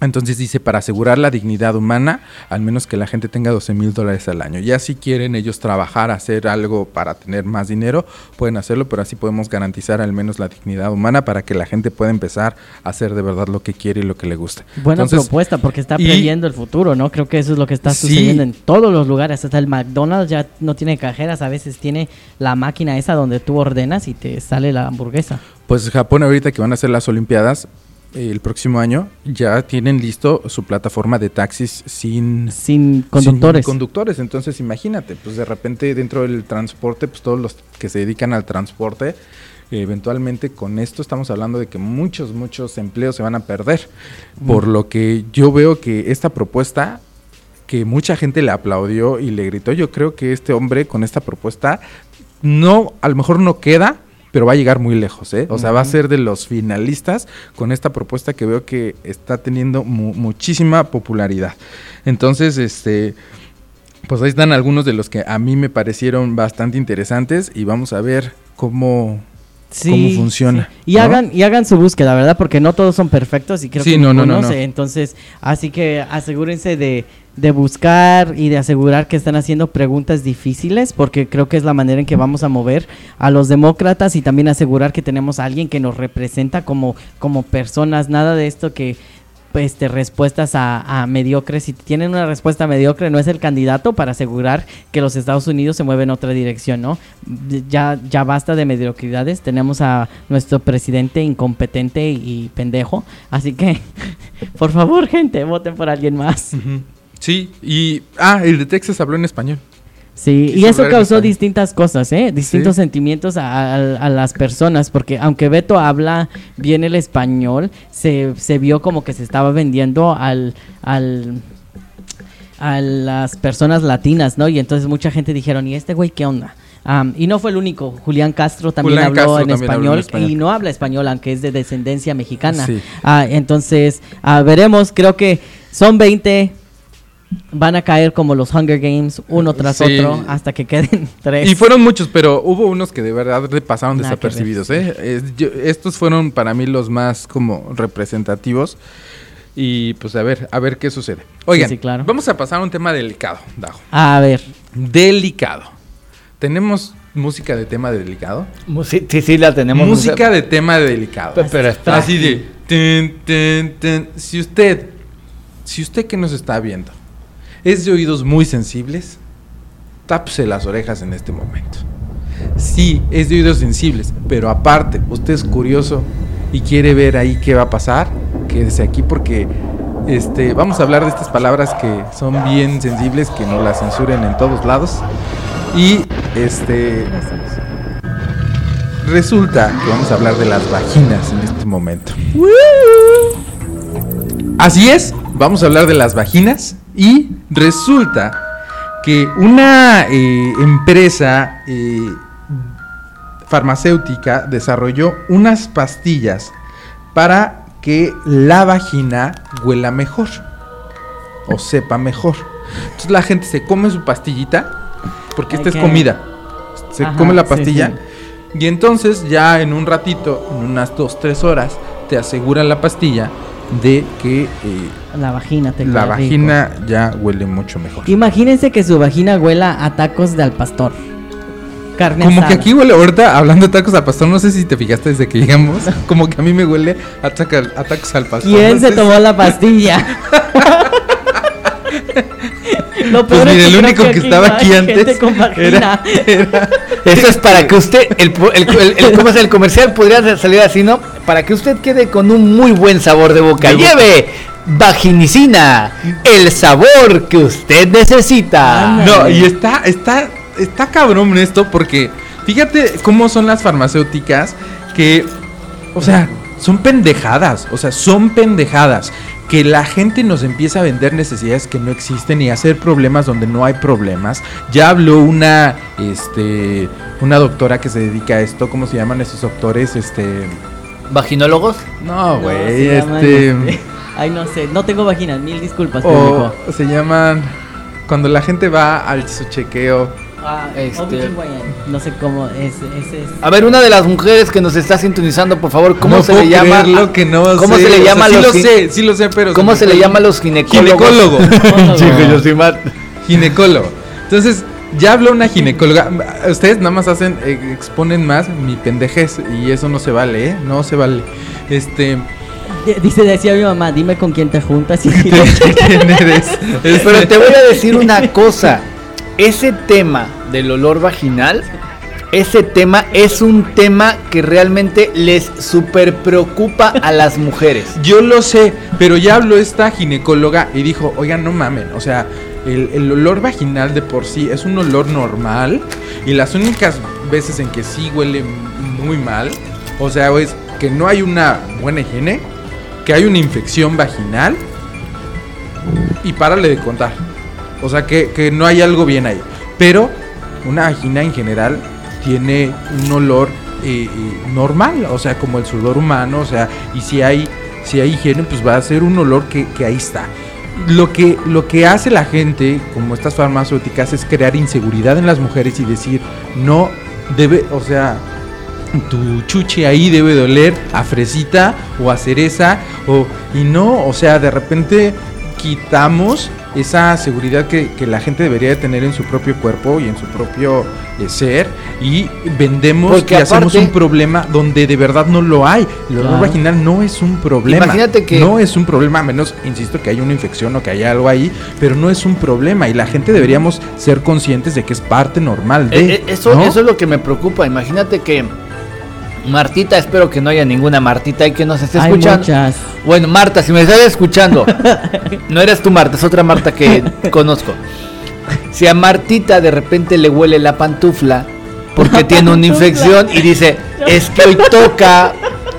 Entonces dice, para asegurar la dignidad humana, al menos que la gente tenga doce mil dólares al año. Ya si quieren ellos trabajar, hacer algo para tener más dinero, pueden hacerlo, pero así podemos garantizar al menos la dignidad humana para que la gente pueda empezar a hacer de verdad lo que quiere y lo que le gusta. Buena Entonces, propuesta, porque está y, previendo el futuro, ¿no? Creo que eso es lo que está sí, sucediendo en todos los lugares. Hasta el McDonald's ya no tiene cajeras, a veces tiene la máquina esa donde tú ordenas y te sale la hamburguesa. Pues Japón ahorita que van a hacer las Olimpiadas, el próximo año ya tienen listo su plataforma de taxis sin sin conductores. Sin conductores, entonces imagínate, pues de repente dentro del transporte, pues todos los que se dedican al transporte, eh, eventualmente con esto estamos hablando de que muchos, muchos empleos se van a perder. Mm. Por lo que yo veo que esta propuesta, que mucha gente le aplaudió y le gritó, yo creo que este hombre con esta propuesta, no, a lo mejor no queda, pero va a llegar muy lejos, ¿eh? O sea, uh-huh. va a ser de los finalistas con esta propuesta que veo que está teniendo mu- muchísima popularidad. Entonces, este, pues ahí están algunos de los que a mí me parecieron bastante interesantes y vamos a ver cómo... Sí, cómo funciona. Sí. Y, ¿no? hagan, y hagan su búsqueda, ¿verdad? Porque no todos son perfectos y creo sí, que no, ninguno no, no, no. Entonces, así que asegúrense de, de buscar y de asegurar que están haciendo preguntas difíciles, porque creo que es la manera en que vamos a mover a los demócratas y también asegurar que tenemos a alguien que nos representa como, como personas. Nada de esto que... Este, respuestas a, a mediocres. Si tienen una respuesta mediocre, no es el candidato para asegurar que los Estados Unidos se mueven en otra dirección, ¿no? Ya, ya basta de mediocridades. Tenemos a nuestro presidente incompetente y, y pendejo. Así que, por favor, gente, voten por alguien más. Uh-huh. Sí, y... Ah, el de Texas habló en español. Sí, y eso causó distintas cosas, ¿eh? Distintos ¿Sí? sentimientos a, a, a las personas, porque aunque Beto habla bien el español, se, se vio como que se estaba vendiendo al, al, a las personas latinas, ¿no? Y entonces mucha gente dijeron, ¿y este güey qué onda? Um, y no fue el único, Julián Castro también, Julián habló, Castro en también español, habló en español y no habla español, aunque es de descendencia mexicana. Sí. Uh, entonces, uh, veremos, creo que son veinte... Van a caer como los Hunger Games, uno tras sí. otro, hasta que queden tres. Y fueron muchos, pero hubo unos que de verdad pasaron Nada desapercibidos, ¿eh? Es, yo, estos fueron para mí los más como representativos. Y pues a ver, a ver qué sucede. Oigan, sí, sí, claro. Vamos a pasar a un tema delicado, Dajo. A ver. Delicado. ¿Tenemos música de tema delicado? Sí, sí, sí la tenemos. Música de tema delicado. Pero, pero está así de... Ten, ten, ten. Si usted, si usted que nos está viendo... es de oídos muy sensibles, tápese las orejas en este momento. Sí, es de oídos sensibles, pero aparte, usted es curioso y quiere ver ahí qué va a pasar, quédese aquí porque este, vamos a hablar de estas palabras que son bien sensibles, que no las censuren en todos lados. Y este resulta que vamos a hablar de las vaginas en este momento. Así es, vamos a hablar de las vaginas. Y resulta que una eh, empresa eh, farmacéutica desarrolló unas pastillas para que la vagina huela mejor o sepa mejor. Entonces la gente se come su pastillita, porque esta okay. es comida. Se Ajá, come la pastilla sí, sí. y entonces ya en un ratito, en unas dos, tres horas, te aseguran la pastilla de que... Eh, la vagina te La vagina rico. Ya huele mucho mejor. Imagínense que su vagina huela a tacos de al pastor. Carne Como asada. que aquí huele, ahorita hablando de tacos al pastor, no sé si te fijaste desde que llegamos, como que a mí me huele a, taca, a tacos al pastor. ¿Quién no se sé tomó si... la pastilla? Lo peor pues mire, el único que, que estaba aquí antes era, era... Eso es para que usted, el, el, el, el, ¿cómo es el comercial? Podría salir así, ¿no? Para que usted quede con un muy buen sabor de boca. De ¡Lleve! Boca. Vaginicina, el sabor que usted necesita. No, y está, está, está cabrón esto porque fíjate cómo son las farmacéuticas que, o sea, son pendejadas, o sea, son pendejadas. Que la gente nos empieza a vender necesidades que no existen y hacer problemas donde no hay problemas. Ya habló una, este, una doctora que se dedica a esto. ¿Cómo se llaman esos doctores? Este, ¿vaginólogos? No, güey, no, este... Ay, no sé, no tengo vaginas, mil disculpas. O se llaman cuando la gente va al su chequeo. Ah, Este- no sé cómo es, ese es. A ver, una de las mujeres que nos está sintonizando, por favor, ¿cómo no se puedo le llama? creerlo que no ¿Cómo sé. se le O llama sea, a sí los lo gin- sé, sí lo sé, pero ¿Cómo me se le fue- llama a los ginecólogos? Ginecólogo. Chico, yo soy mal. Ginecólogo. Entonces, ya habló una ginecóloga. Ustedes nada más hacen, eh, exponen más mi pendejez y eso no se vale, ¿eh? No se vale. Este, D- Dice, decía mi mamá, dime con quién te juntas y ¿quién eres? Este, Pero te voy a decir una cosa. Ese tema del olor vaginal, ese tema es un tema que realmente les super preocupa a las mujeres. Yo lo sé, pero ya habló esta ginecóloga y dijo, oigan, no mamen, o sea, el, el olor vaginal de por sí es un olor normal y las únicas veces en que sí huele m- muy mal, o sea, es que no hay una buena higiene, que hay una infección vaginal y párale de contar. O sea, que, que no hay algo bien ahí. Pero una vagina en general tiene un olor eh, eh, normal, o sea, como el sudor humano, o sea, y si hay, si hay higiene, pues va a ser un olor que, que ahí está. Lo que, lo que hace la gente, como estas farmacéuticas, es crear inseguridad en las mujeres y decir, no debe, o sea, tu chuche ahí debe de oler a fresita o a cereza, o, y no, o sea, de repente quitamos esa seguridad que, que la gente debería de tener en su propio cuerpo y en su propio eh, ser, y vendemos Porque y hacemos aparte- un problema donde de verdad no lo hay. El olor Claro. vaginal no es un problema. Imagínate que- no es un problema, a menos, insisto, que haya una infección o que haya algo ahí, pero no es un problema y la gente deberíamos ser conscientes de que es parte normal de, Eh, eh, eso, ¿no? eso es lo que me preocupa. Imagínate que Martita, espero que no haya ninguna Martita y que nos esté Hay escuchando. muchas. Bueno, Marta, si me estás escuchando, no eres tú, Marta, es otra Marta que conozco. Si a Martita de repente le huele la pantufla porque tiene una infección y dice, es que hoy toca,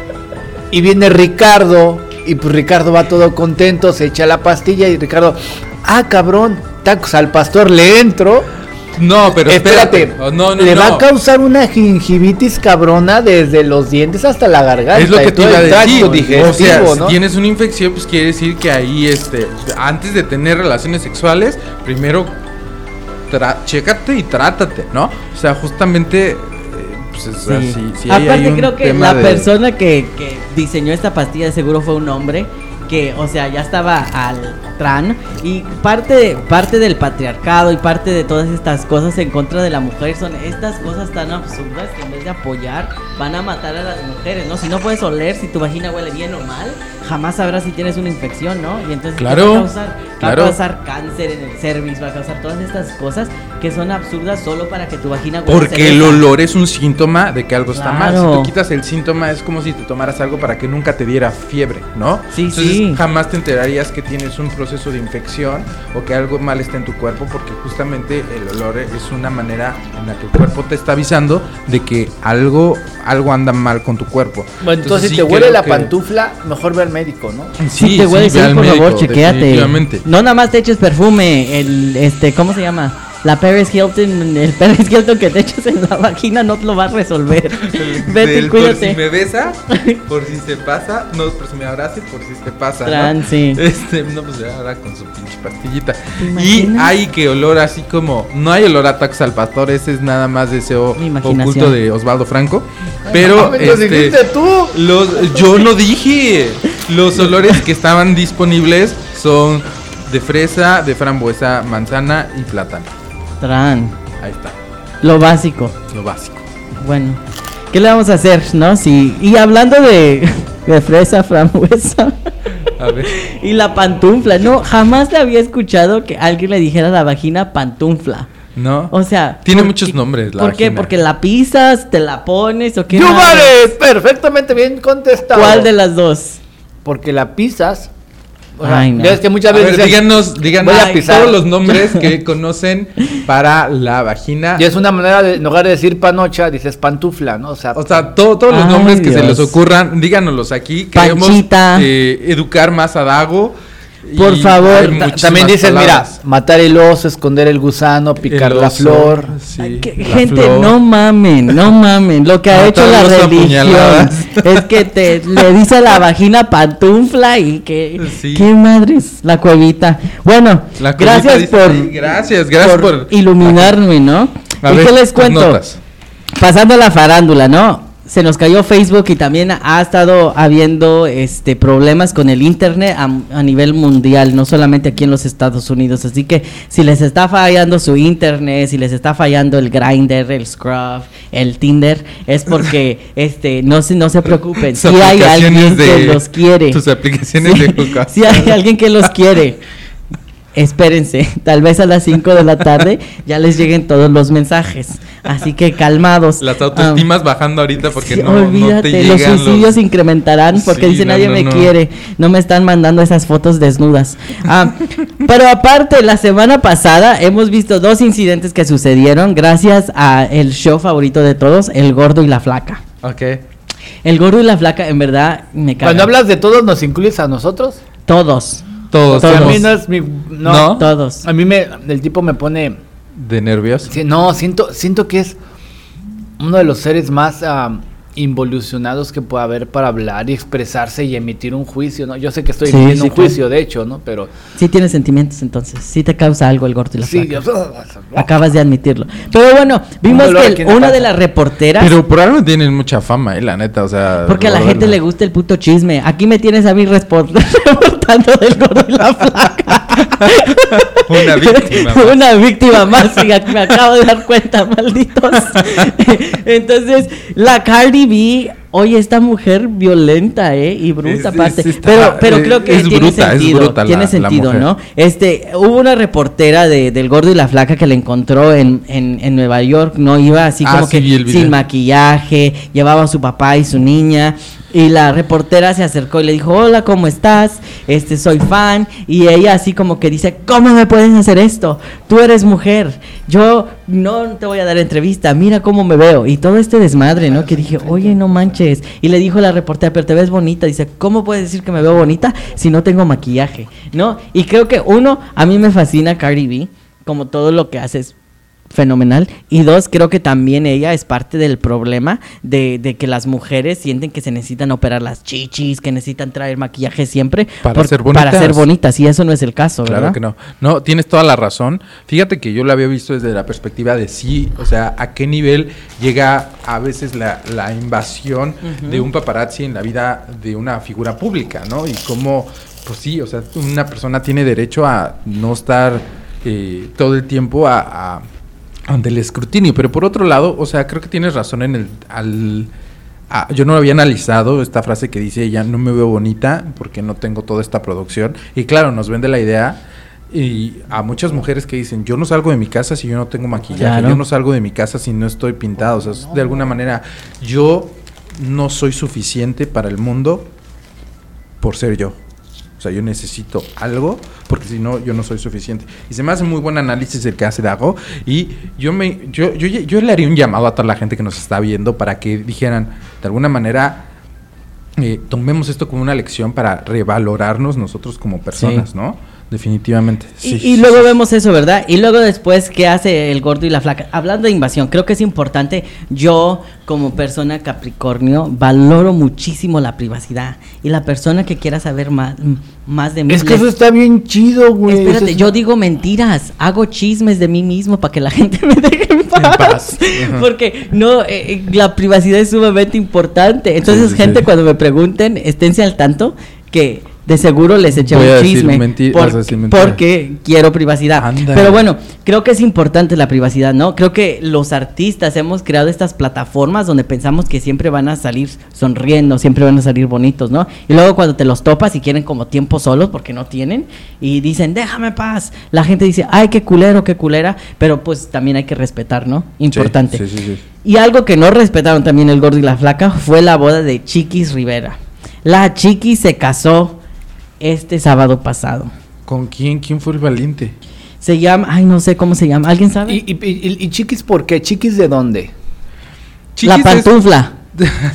y viene Ricardo, y pues Ricardo va todo contento, se echa la pastilla y Ricardo, ah, cabrón, tacos al pastor, le entro. No, pero espérate. Espérate, Oh, no, no, le no. va a causar una gingivitis cabrona desde los dientes hasta la garganta. Es lo y que te todo iba a el tracto decir. digestivo, O sea, si ¿no? tienes una infección, pues quiere decir que ahí, este, antes de tener relaciones sexuales, primero tra- chécate y trátate, ¿no? O sea, justamente, eh, pues, es Sí. así. Si hay, Aparte hay un creo que tema la de- persona que, que diseñó esta pastilla de seguro fue un hombre que, o sea, ya estaba al tran y parte, parte del patriarcado y parte de todas estas cosas en contra de la mujer son estas cosas tan absurdas que en vez de apoyar van a matar a las mujeres, ¿no? Si no puedes oler, si tu vagina huele bien o mal, jamás sabrás si tienes una infección, ¿no? Y entonces ¿qué Claro, va a causar? claro. Va a causar cáncer en el cervix, va a causar todas estas cosas que son absurdas solo para que tu vagina huela a Porque el cerveza. olor es un síntoma de que algo está mal. Si Claro. tú quitas el síntoma, es como si te tomaras algo para que nunca te diera fiebre, ¿no? Sí, Entonces, sí. jamás te enterarías que tienes un proceso de infección o que algo mal está en tu cuerpo, porque justamente el olor es una manera en la que el cuerpo te está avisando de que algo, algo anda mal con tu cuerpo. Bueno, entonces, sí si te huele creo la que- pantufla, mejor ve al médico, ¿no? Sí, Sí, te huele, sí, ve sí, al por favor, médico, chequéate. definitivamente. No nada más te eches perfume, el, este, ¿cómo se llama? La Paris Hilton, el Paris Hilton que te eches en la vagina no te lo va a resolver. Vete y Del por cuídate. si me besa, por si se pasa, no, por si me abraza y por si se pasa, ¿no? Tran, sí. Este, no, pues ya ahora con su pinche pastillita. ¿Te Y imaginas? hay que olor así como, no hay olor a tacos al pastor, ese es nada más deseo Mi imaginación. oculto de Osvaldo Franco. Pero, Mames, lo este, dijiste tú. los, yo no dije, los olores que estaban disponibles son de fresa, de frambuesa, manzana y plátano. Tran, Ahí está, lo básico. lo básico. Bueno, ¿qué le vamos a hacer, no? Sí. Y hablando de, de fresa, frambuesa A ver. y la pantufla, no, jamás le había escuchado que alguien le dijera a la vagina pantufla. ¿No? O sea, Tiene ¿por muchos qué- nombres la ¿Por qué? vagina. Porque la pisas, te la pones o qué. ¡Yo madres? vale! Perfectamente bien contestado. ¿Cuál de las dos? Porque la pisas. O sea, Ay, no. ya es que muchas A veces ver, dicen, díganos, díganos voy a pisar. todos los nombres que conocen para la vagina. Y es una manera de, en lugar de decir panocha, dices pantufla, ¿no? O sea, O sea, todo- todos los Ay, nombres que se Dios. les ocurran, díganoslos aquí. Queremos Panchita. eh, educar más a Dago. Por favor. También dicen, mira, matar el oso, esconder el gusano, picar el la oso, flor. Sí, la gente, flor. no mamen, no mamen. Lo que ha hecho la religión es que te le dice a la vagina pantufla y que sí. qué madres, la cuevita. Bueno, la gracias dice, por sí, gracias, gracias por, por iluminarme, ¿no? A ¿Y ver, qué les cuento? Pasando a la farándula, ¿no? Se nos cayó Facebook y también ha estado habiendo este problemas con el internet a, a nivel mundial, no solamente aquí en los Estados Unidos. Así que si les está fallando su internet, si les está fallando el Grindr, el Scruff, el Tinder, es porque este no se no se preocupen. Si hay alguien de, que los quiere. Tus aplicaciones si, de hookah. Si hay alguien que los quiere. Espérense, tal vez a las cinco de la tarde ya les lleguen todos los mensajes, así que calmados. Las autoestimas um, bajando ahorita porque sí, no, olvídate, no te llegan los suicidios los... incrementarán porque sí, dice no, nadie no, me no. quiere, no me están mandando esas fotos desnudas. Ah, pero aparte, la semana pasada hemos visto dos incidentes que sucedieron gracias a el show favorito de todos, El Gordo y la Flaca. Ok. El Gordo y la Flaca, en verdad, me cagan. Cuando hablas de todos, ¿nos incluyes a nosotros? Todos. Todos, todos. A mí no es mi, no, ¿No? Todos. A mí me, el tipo me pone de nervios. Sí, no, siento, siento que es uno de los seres más um, involucionados que puede haber para hablar y expresarse y emitir un juicio, ¿no? Yo sé que estoy sí, emitiendo sí, un juicio, claro. de hecho, ¿no? Pero sí tienes sentimientos, entonces, sí te causa algo el Gordo y la sí, Flaca. Yo... Acabas de admitirlo. Pero bueno, vimos que el, una de las reporteras. Pero probablemente tienen mucha fama, eh, la neta, o sea. Porque a la gente le gusta el puto chisme. Aquí me tienes a mí reportando del Gordo y la Flaca. Una víctima más. Una víctima más, y me acabo de dar cuenta, malditos. Entonces, la Cardi B, oye, esta mujer violenta, eh, y bruta es, aparte. Es, está, pero, pero creo que tiene bruta, sentido, bruta tiene la, sentido, la ¿no? Este, hubo una reportera de, del Gordo y la Flaca que la encontró en, en, en Nueva York, ¿no? Iba así como ah, que sí, sin maquillaje, llevaba a su papá y su niña. Y la reportera se acercó y le dijo, hola, ¿cómo estás? Este, soy fan. Y ella así como que dice, ¿cómo me puedes hacer esto? Tú eres mujer. Yo no te voy a dar entrevista. Mira cómo me veo. Y todo este desmadre, ¿no? Que dije, oye, no manches. Y le dijo la reportera, pero te ves bonita. Dice, ¿cómo puedes decir que me veo bonita si no tengo maquillaje? ¿No? Y creo que uno, a mí me fascina Cardi B, como todo lo que haces. Fenomenal. Y dos, creo que también ella es parte del problema de, de que las mujeres sienten que se necesitan operar las chichis, que necesitan traer maquillaje siempre para por, ser bonitas. Para ser bonitas, y eso no es el caso, claro, ¿verdad? Claro que no. No, tienes toda la razón. Fíjate que yo lo había visto desde la perspectiva de sí, o sea, a qué nivel llega a veces la, la invasión uh-huh. de un paparazzi en la vida de una figura pública, ¿no? Y cómo, pues sí, o sea, una persona tiene derecho a no estar eh, todo el tiempo a... a ante el escrutinio, pero por otro lado, o sea, creo que tienes razón en el, al, a, yo no lo había analizado, esta frase que dice ella, no me veo bonita porque no tengo toda esta producción, y claro, nos vende la idea, y a muchas mujeres que dicen, yo no salgo de mi casa si yo no tengo maquillaje, claro. Yo no salgo de mi casa si no estoy pintado, o sea, de alguna manera, yo no soy suficiente para el mundo por ser yo. O sea, yo necesito algo, porque si no, yo no soy suficiente. Y se me hace muy buen análisis el que hace Dago. Y yo me yo, yo, yo le haría un llamado a toda la gente que nos está viendo para que dijeran, de alguna manera, eh, tomemos esto como una lección para revalorarnos nosotros como personas, sí. ¿no? Definitivamente. Sí, y, sí, y luego sí. vemos eso, ¿verdad? Y luego después, ¿qué hace el Gordo y la Flaca? Hablando de invasión, creo que es importante. Yo, como persona Capricornio, valoro muchísimo la privacidad. Y la persona que quiera saber más, más de mí... Es que les... eso está bien chido, güey. Espérate, es... yo digo mentiras. Hago chismes de mí mismo para que la gente me deje en paz. En paz. Uh-huh. Porque no, eh, la privacidad es sumamente importante. Entonces, sí, sí, gente, sí. Cuando me pregunten, esténse al tanto que... de seguro les eché un chisme menti- por, porque quiero privacidad. Anda. Pero bueno, creo que es importante la privacidad, ¿no? Creo que los artistas hemos creado estas plataformas donde pensamos que siempre van a salir sonriendo, siempre van a salir bonitos, ¿no? Y luego cuando te los topas y quieren como tiempo solos porque no tienen y dicen, déjame paz. La gente dice, ay, qué culero, qué culera, pero pues también hay que respetar, ¿no? Importante. Sí, sí, sí, sí. Y algo que no respetaron también el Gordo y la Flaca fue la boda de Chiquis Rivera. La Chiquis se casó este sábado pasado. ¿Con quién? ¿Quién fue el valiente? Se llama, ay, no sé cómo se llama. ¿Alguien sabe? ¿Y, y, y, y Chiquis por qué? ¿Chiquis de dónde? Chiquis la pantufla. Es...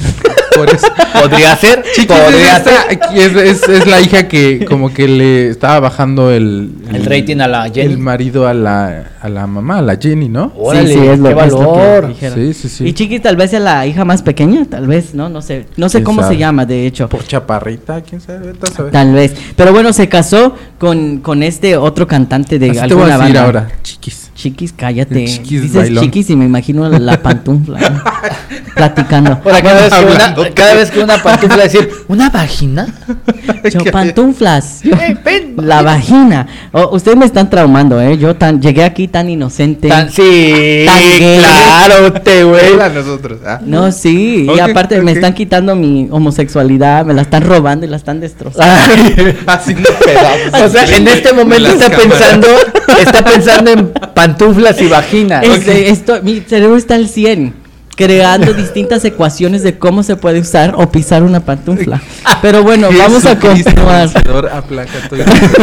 Por eso. Podría ser, Chiquis podría es, ser. esta- es, es- es la hija que como que le estaba bajando el... El rating a la Jenny. El marido a la, a la mamá, a la Jenny, ¿no? Órale, sí, sí, es lo, qué es lo que valor. dijeron. Sí, sí, sí. Y Chiquis tal vez es la hija más pequeña, tal vez, ¿no? No sé, no sé ¿Quién cómo sabe? se llama, de hecho. Por chaparrita, quién sabe, vete a saber. Tal vez. Pero bueno, se casó con, con este otro cantante de Así te alguna voy a decir banda. ahora, chiquis. Chiquis, cállate. El Chiquis Dices bailón. Chiquis y me imagino la pantufla ¿no? platicando. Ahora, cada vez, que una, Hablando. cada vez que una pantufla decir, ¿una vagina? Yo pantuflas. Yo- Eh, ven. la vagina. Oh, ustedes me están traumando, ¿eh? Yo tan llegué aquí tan inocente. Tan- sí, Tan gay. claro, te güey. A nosotros. ah. No, sí. Ok, y aparte me ok. están quitando mi homosexualidad, me la están robando y la están destrozando. Ay. Haciendo pedazos. O sea, en este momento Las está cámaras. pensando, está pensando en pantuflas y vaginas. Este, esto, mi cerebro está al cien, creando distintas ecuaciones de cómo se puede usar o pisar una pantufla. Pero bueno, vamos a Jesucristo continuar. vencedor, aplaca todo.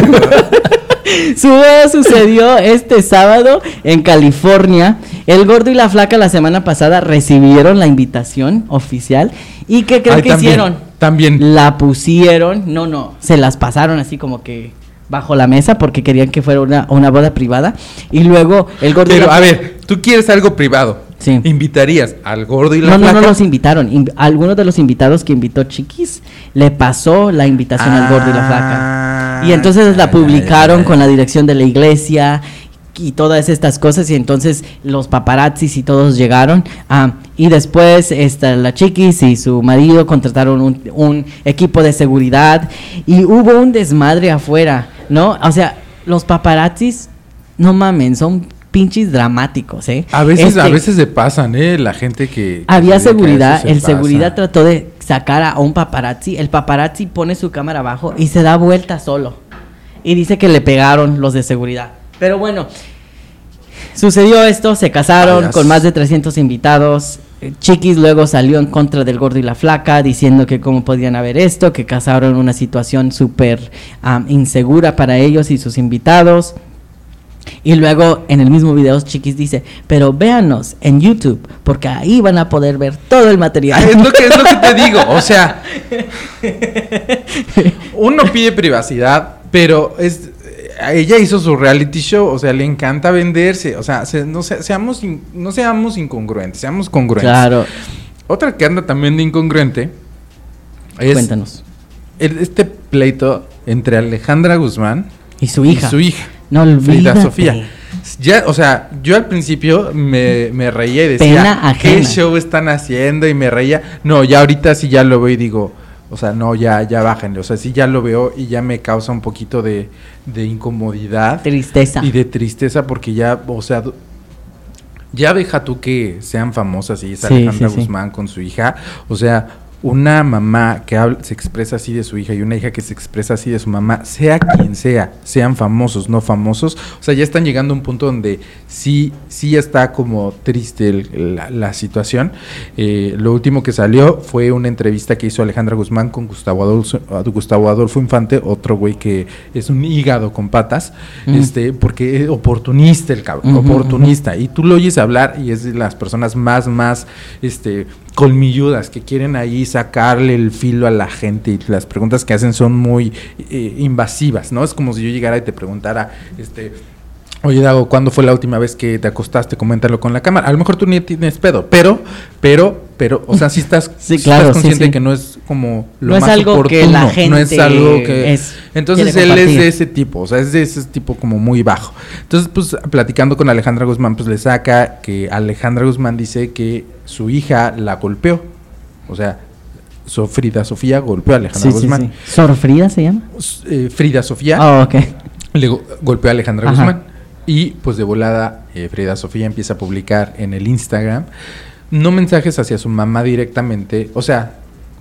Su boda sucedió este sábado en California. El gordo y la flaca la semana pasada recibieron la invitación oficial. ¿Y qué creen Ay, que también, hicieron? También. La pusieron, no, no, se las pasaron así como que bajo la mesa porque querían que fuera una, una boda privada. Y luego el gordo y Pero la a flaca- ver, tú quieres algo privado. Sí. ¿Invitarías al gordo y la No, no, flaca? no los invitaron. Inv- algunos de los invitados que invitó Chiquis le pasó la invitación al gordo y la flaca. Y entonces la publicaron con la dirección de la iglesia y todas estas cosas. Y entonces los paparazzis y todos llegaron. Ah, y después esta, la Chiquis y su marido contrataron un, un equipo de seguridad. Y hubo un desmadre afuera, ¿no? O sea, los paparazzis, no mamen, son pinches dramáticos, ¿eh? A veces, Este, a veces se pasan, ¿eh? La gente que... que había se dedica a seguridad, eso se el pasa. seguridad trató de sacar a un paparazzi, el paparazzi pone su cámara abajo y se da vuelta solo. Y dice que le pegaron los de seguridad. Pero bueno, sucedió esto, se casaron Vayas. con más de trescientos invitados. Eh, Chiquis luego salió en contra del gordo y la flaca, diciendo que cómo podían haber esto, que casaron en una situación súper am, insegura para ellos y sus invitados. Y luego en el mismo video Chiquis dice, pero véanos en YouTube, porque ahí van a poder ver todo el material. Es lo que es lo que te digo, o sea, uno pide privacidad, pero es ella hizo su reality show, o sea, le encanta venderse, o sea, se- no se- seamos in- no seamos incongruentes, seamos congruentes. Claro, Otra que anda también de incongruente es cuéntanos. el- este pleito entre Alejandra Guzmán Y su hija. y su hija. No olvídate. Frida Sofía. Ya, o sea, yo al principio me, me reía y decía, Pena ¿qué ajena. show están haciendo? Y me reía. No, ya ahorita sí ya lo veo y digo, o sea, no, ya, ya bájenle. O sea, sí ya lo veo y ya me causa un poquito de, de incomodidad Tristeza. y de tristeza porque ya, o sea, do- ya deja tú que sean famosas y es Sí, Alejandra sí, sí. Guzmán con su hija. O sea, una mamá que habla- se expresa así de su hija y una hija que se expresa así de su mamá, sea quien sea, sean famosos, no famosos, o sea, ya están llegando a un punto donde sí, sí está como triste el- la, la situación. Eh, lo último que salió fue una entrevista que hizo Alejandra Guzmán con Gustavo Adolfo, Gustavo Adolfo Infante, otro güey que es un hígado con patas, Ujú. este, porque es oportunista el cabrón, Ujú, oportunista, y tú lo oyes hablar y es de las personas más, más, este, colmilludas, que quieren ahí sacarle el filo a la gente y las preguntas que hacen son muy eh, invasivas, ¿no? Es como si yo llegara y te preguntara, este, oye Dago, ¿cuándo fue la última vez que te acostaste? Coméntalo con la cámara. A lo mejor tú ni tienes pedo, pero, pero, pero, o sea, si estás, Sí, sí claro, estás sí, consciente sí. que no es como lo No es más algo que oportuno, la no es gente algo que es- entonces quiere él es compartir. de ese tipo, o sea, es de ese tipo como muy bajo. Entonces, pues platicando con Alejandra Guzmán, pues le saca que Alejandra Guzmán dice que su hija la golpeó. O sea, so, Frida Sofía golpeó a Alejandra Sí, sí, Guzmán. sí. ¿Sor Frida se llama? Eh, Frida Sofía Oh, ok. le go- golpeó a Alejandra Ajá. Guzmán. Y pues de volada, eh, Frida Sofía empieza a publicar en el Instagram, no mensajes hacia su mamá directamente, o sea,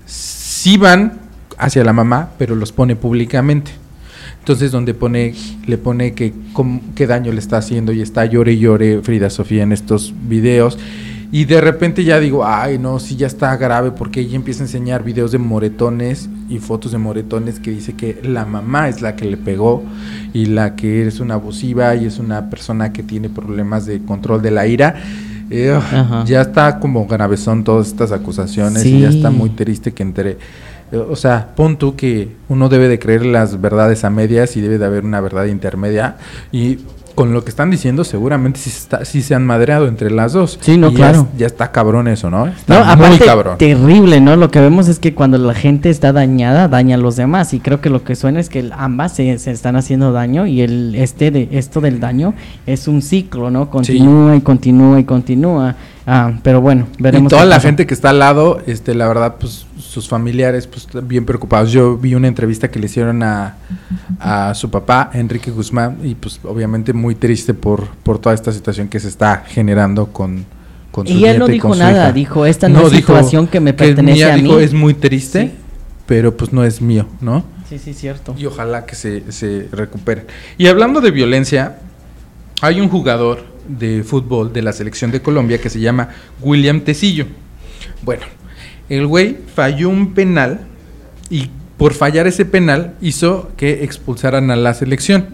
sí van hacia la mamá, pero los pone públicamente. Entonces donde pone, le pone que cómo- qué daño le está haciendo y está llore y llore Frida Sofía en estos videos. Y de repente ya digo, ay no, sí ya está grave porque ella empieza a enseñar videos de moretones y fotos de moretones que dice que la mamá es la que le pegó y la que es una abusiva y es una persona que tiene problemas de control de la ira. Eh, ya está como gravezón todas estas acusaciones sí. y ya está muy triste que entre... O sea, pon tú que uno debe de creer las verdades a medias y debe de haber una verdad intermedia y con lo que están diciendo seguramente sí, está, sí se han madreado entre las dos. Sí, no, y claro. Ya, ya está cabrón eso, ¿no? Está no, muy aparte, cabrón. Terrible, ¿no? Lo que vemos es que cuando la gente está dañada, daña a los demás y creo que lo que suena es que ambas se, se están haciendo daño y el este de esto del daño es un ciclo, ¿no? Continúa sí. y continúa y continúa. Ah, pero bueno, veremos. Y toda la gente que está al lado, este, la verdad, pues sus familiares, pues bien preocupados. Yo vi una entrevista que le hicieron a, a su papá, Enrique Guzmán, y pues obviamente muy triste por, por toda esta situación que se está generando con, con su y él no dijo nada, dijo, esta no, no es dijo situación que me pertenece que mía, a dijo, mí. Es muy triste, sí. pero pues no es mío, ¿no? Sí, sí, cierto. Y ojalá que se, se recupere. Y hablando de violencia, hay un jugador de fútbol de la selección de Colombia que se llama William Tecillo. Bueno, el güey falló un penal y por fallar ese penal hizo que expulsaran a la selección.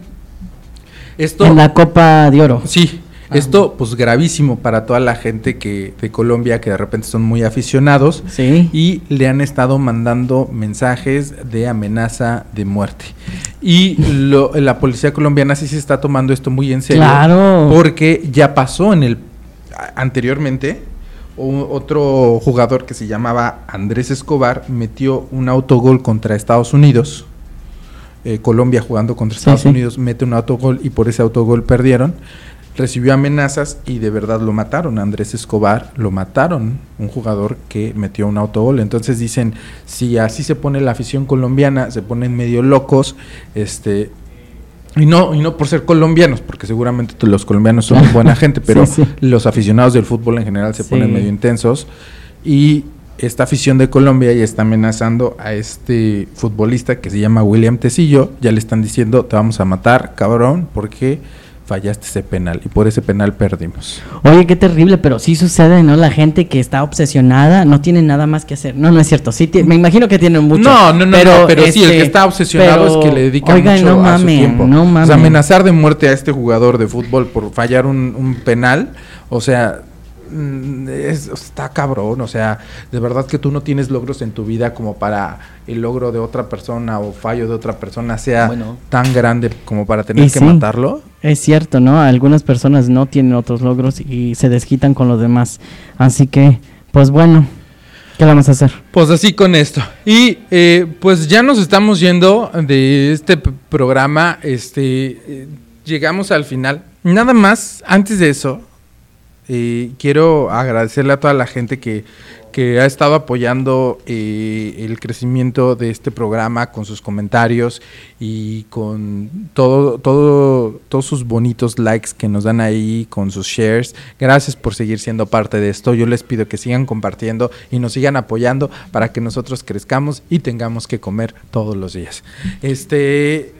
Esto, en la Copa de Oro. Sí, ah, esto pues gravísimo para toda la gente que de Colombia que de repente son muy aficionados sí. y le han estado mandando mensajes de amenaza de muerte. Y lo, la policía colombiana sí se está tomando esto muy en serio. Claro. Porque ya pasó en el anteriormente un, otro jugador que se llamaba Andrés Escobar metió un autogol contra Estados Unidos. Eh, Colombia jugando contra Estados sí, sí. Unidos mete un autogol y por ese autogol perdieron. Recibió amenazas y de verdad lo mataron. Andrés Escobar lo mataron, un jugador que metió un autogol. Entonces dicen, si así se pone la afición colombiana, se ponen medio locos, este y no y no por ser colombianos, porque seguramente los colombianos son buena gente, pero sí, sí. los aficionados del fútbol en general se sí. ponen medio intensos y esta afición de Colombia ya está amenazando a este futbolista que se llama William Tecillo. Ya le están diciendo, te vamos a matar, cabrón, porque fallaste ese penal y por ese penal perdimos. Oye, qué terrible, pero sí sucede, ¿no? La gente que está obsesionada no tiene nada más que hacer. No, no es cierto. Sí, t- me imagino que tienen mucho. No, no, no, pero, no, pero este, sí, el que está obsesionado pero, es que le dedica oiga, mucho no a mamen, su tiempo. No mames. O sea, amenazar de muerte a este jugador de fútbol por fallar un, un penal, o sea, es, está cabrón, o sea, de verdad que tú no tienes logros en tu vida como para el logro de otra persona o fallo de otra persona sea bueno. tan grande como para tener y que sí, matarlo. Es cierto, ¿no? Algunas personas no tienen otros logros y se desquitan con los demás, así que, pues bueno, ¿qué vamos a hacer? Pues así con esto. Y eh, pues ya nos estamos yendo de este p- programa, este, eh, llegamos al final. Nada más, antes de eso, Eh, quiero agradecerle a toda la gente que, que ha estado apoyando eh, el crecimiento de este programa con sus comentarios y con todo, todo, todos sus bonitos likes que nos dan ahí, con sus shares. Gracias por seguir siendo parte de esto. Yo les pido que sigan compartiendo y nos sigan apoyando para que nosotros crezcamos y tengamos que comer todos los días. Este,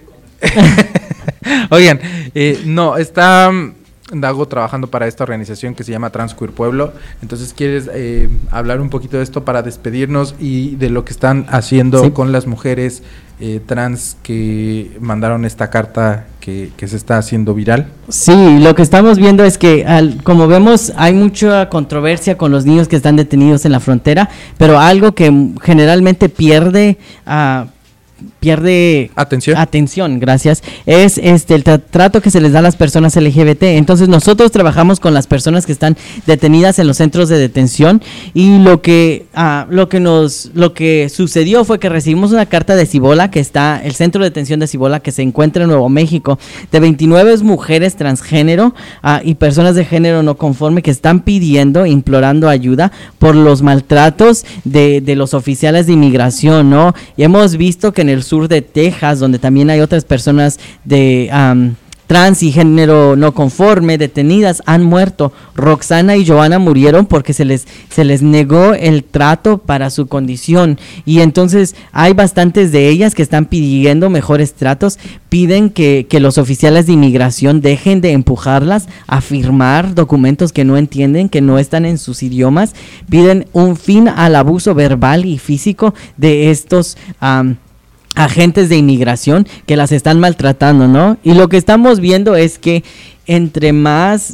oigan, eh, no, está Dago trabajando para esta organización que se llama Transqueer Pueblo. Entonces, ¿quieres eh, hablar un poquito de esto para despedirnos y de lo que están haciendo sí. con las mujeres eh, trans que mandaron esta carta que, que se está haciendo viral? Sí, lo que estamos viendo es que, al, como vemos, hay mucha controversia con los niños que están detenidos en la frontera, pero algo que generalmente pierde a... Uh, pierde atención. atención, gracias, es este el tra- trato que se les da a las personas L G B T. Entonces nosotros trabajamos con las personas que están detenidas en los centros de detención y lo que uh, lo que nos lo que sucedió fue que recibimos una carta de Cibola, que está el centro de detención de Cibola, que se encuentra en Nuevo México, de veintinueve mujeres transgénero uh, y personas de género no conforme que están pidiendo, implorando ayuda por los maltratos de, de los oficiales de inmigración, ¿no? Y hemos visto que en el sur de Texas, donde también hay otras personas de um, trans y género no conforme detenidas, han muerto. Roxana y Joana murieron porque se les se les negó el trato para su condición, y entonces hay bastantes de ellas que están pidiendo mejores tratos, piden que, que los oficiales de inmigración dejen de empujarlas a firmar documentos que no entienden, que no están en sus idiomas, piden un fin al abuso verbal y físico de estos um, agentes de inmigración que las están maltratando, ¿no? Y lo que estamos viendo es que entre más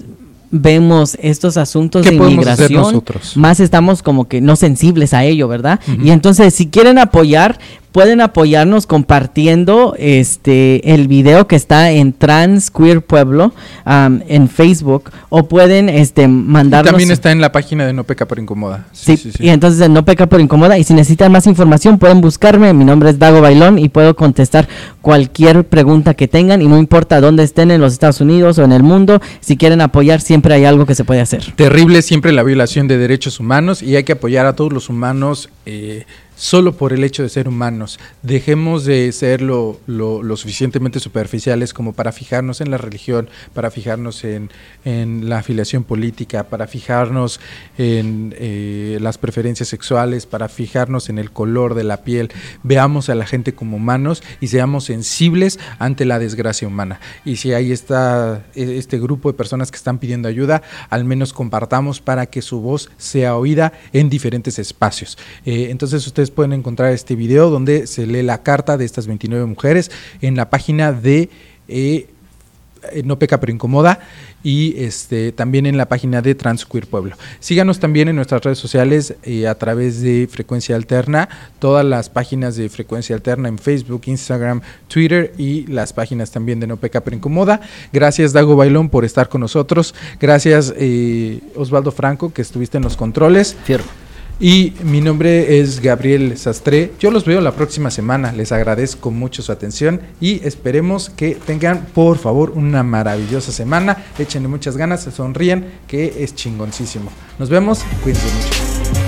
vemos estos asuntos de inmigración, más estamos como que no sensibles a ello, ¿verdad? Uh-huh. Y entonces, si quieren apoyar, pueden apoyarnos compartiendo este el video que está en Trans Queer Pueblo um, en Facebook, o pueden este mandarnos. Y también está en la página de No Peca por Incomoda. Sí, sí, sí, sí. Y entonces en No Peca por Incomoda, y si necesitan más información pueden buscarme. Mi nombre es Dago Bailón y puedo contestar cualquier pregunta que tengan, y no importa dónde estén, en los Estados Unidos o en el mundo. Si quieren apoyar, siempre hay algo que se puede hacer. Terrible siempre la violación de derechos humanos, y hay que apoyar a todos los humanos eh, solo por el hecho de ser humanos. Dejemos de ser lo, lo, lo suficientemente superficiales como para fijarnos en la religión, para fijarnos en, en la afiliación política, para fijarnos en eh, las preferencias sexuales, para fijarnos en el color de la piel. Veamos a la gente como humanos y seamos sensibles ante la desgracia humana. Y si hay esta, este grupo de personas que están pidiendo ayuda, al menos compartamos para que su voz sea oída en diferentes espacios. Eh, entonces ustedes pueden encontrar este video donde se lee la carta de estas veintinueve mujeres en la página de eh, No Peca pero Incomoda, y este también en la página de Trans Queer Pueblo. Síganos también en nuestras redes sociales eh, a través de Frecuencia Alterna, todas las páginas de Frecuencia Alterna en Facebook, Instagram, Twitter, y las páginas también de No Peca pero Incomoda. Gracias, Dago Bailón, por estar con nosotros. Gracias, eh, Osvaldo Franco, que estuviste en los controles. Fierro. Y mi nombre es Gabriel Sastre. Yo los veo la próxima semana. Les agradezco mucho su atención y esperemos que tengan, por favor, una maravillosa semana. Échenle muchas ganas, sonríen, que es chingoncísimo. Nos vemos, cuídense mucho.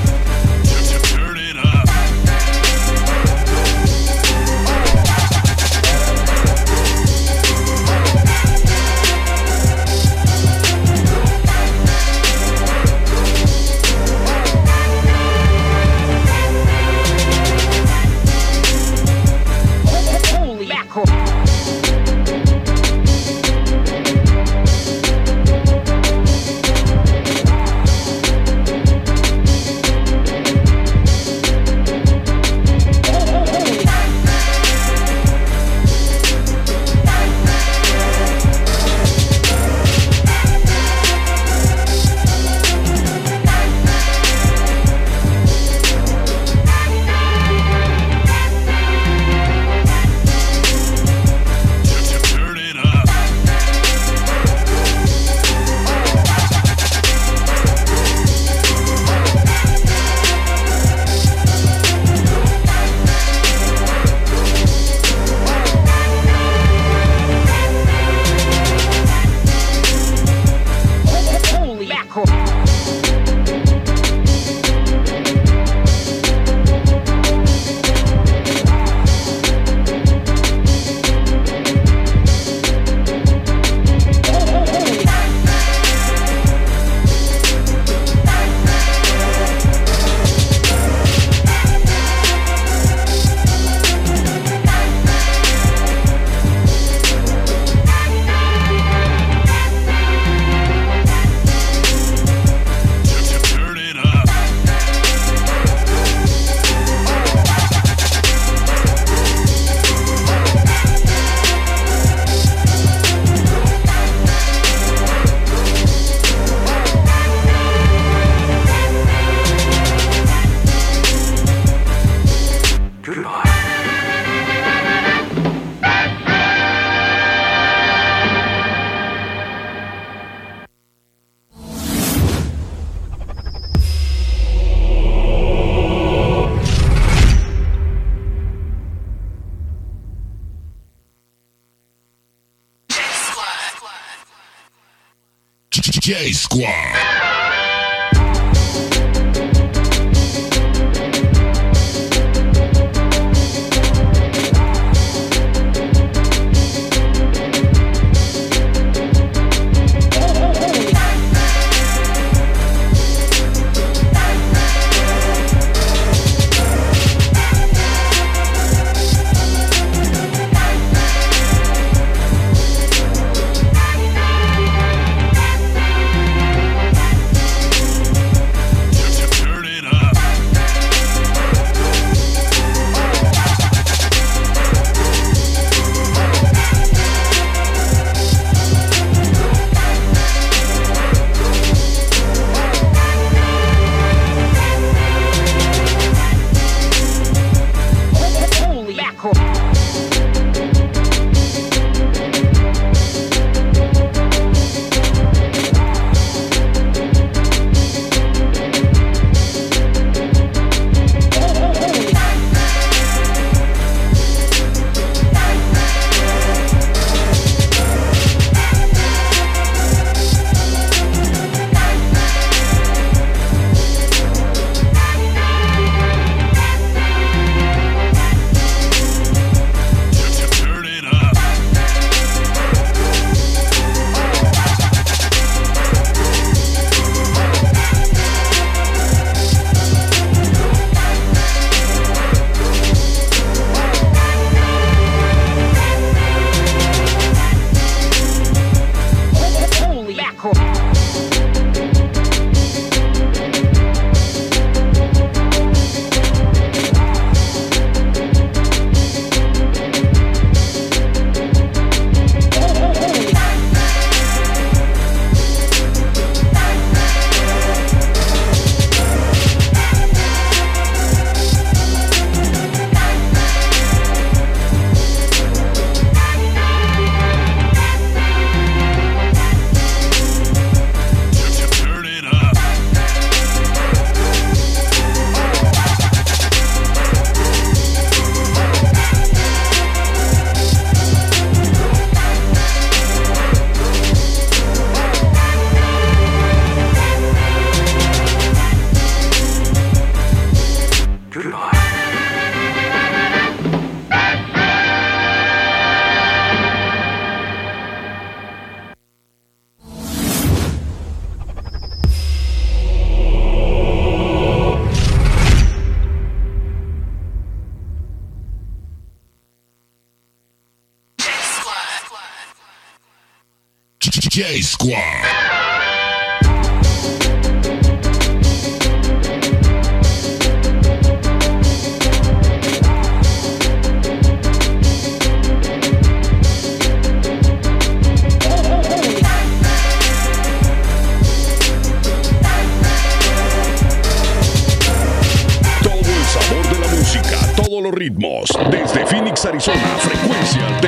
J-Squad. J Squad. Todos los ritmos, desde Phoenix, Arizona, frecuencia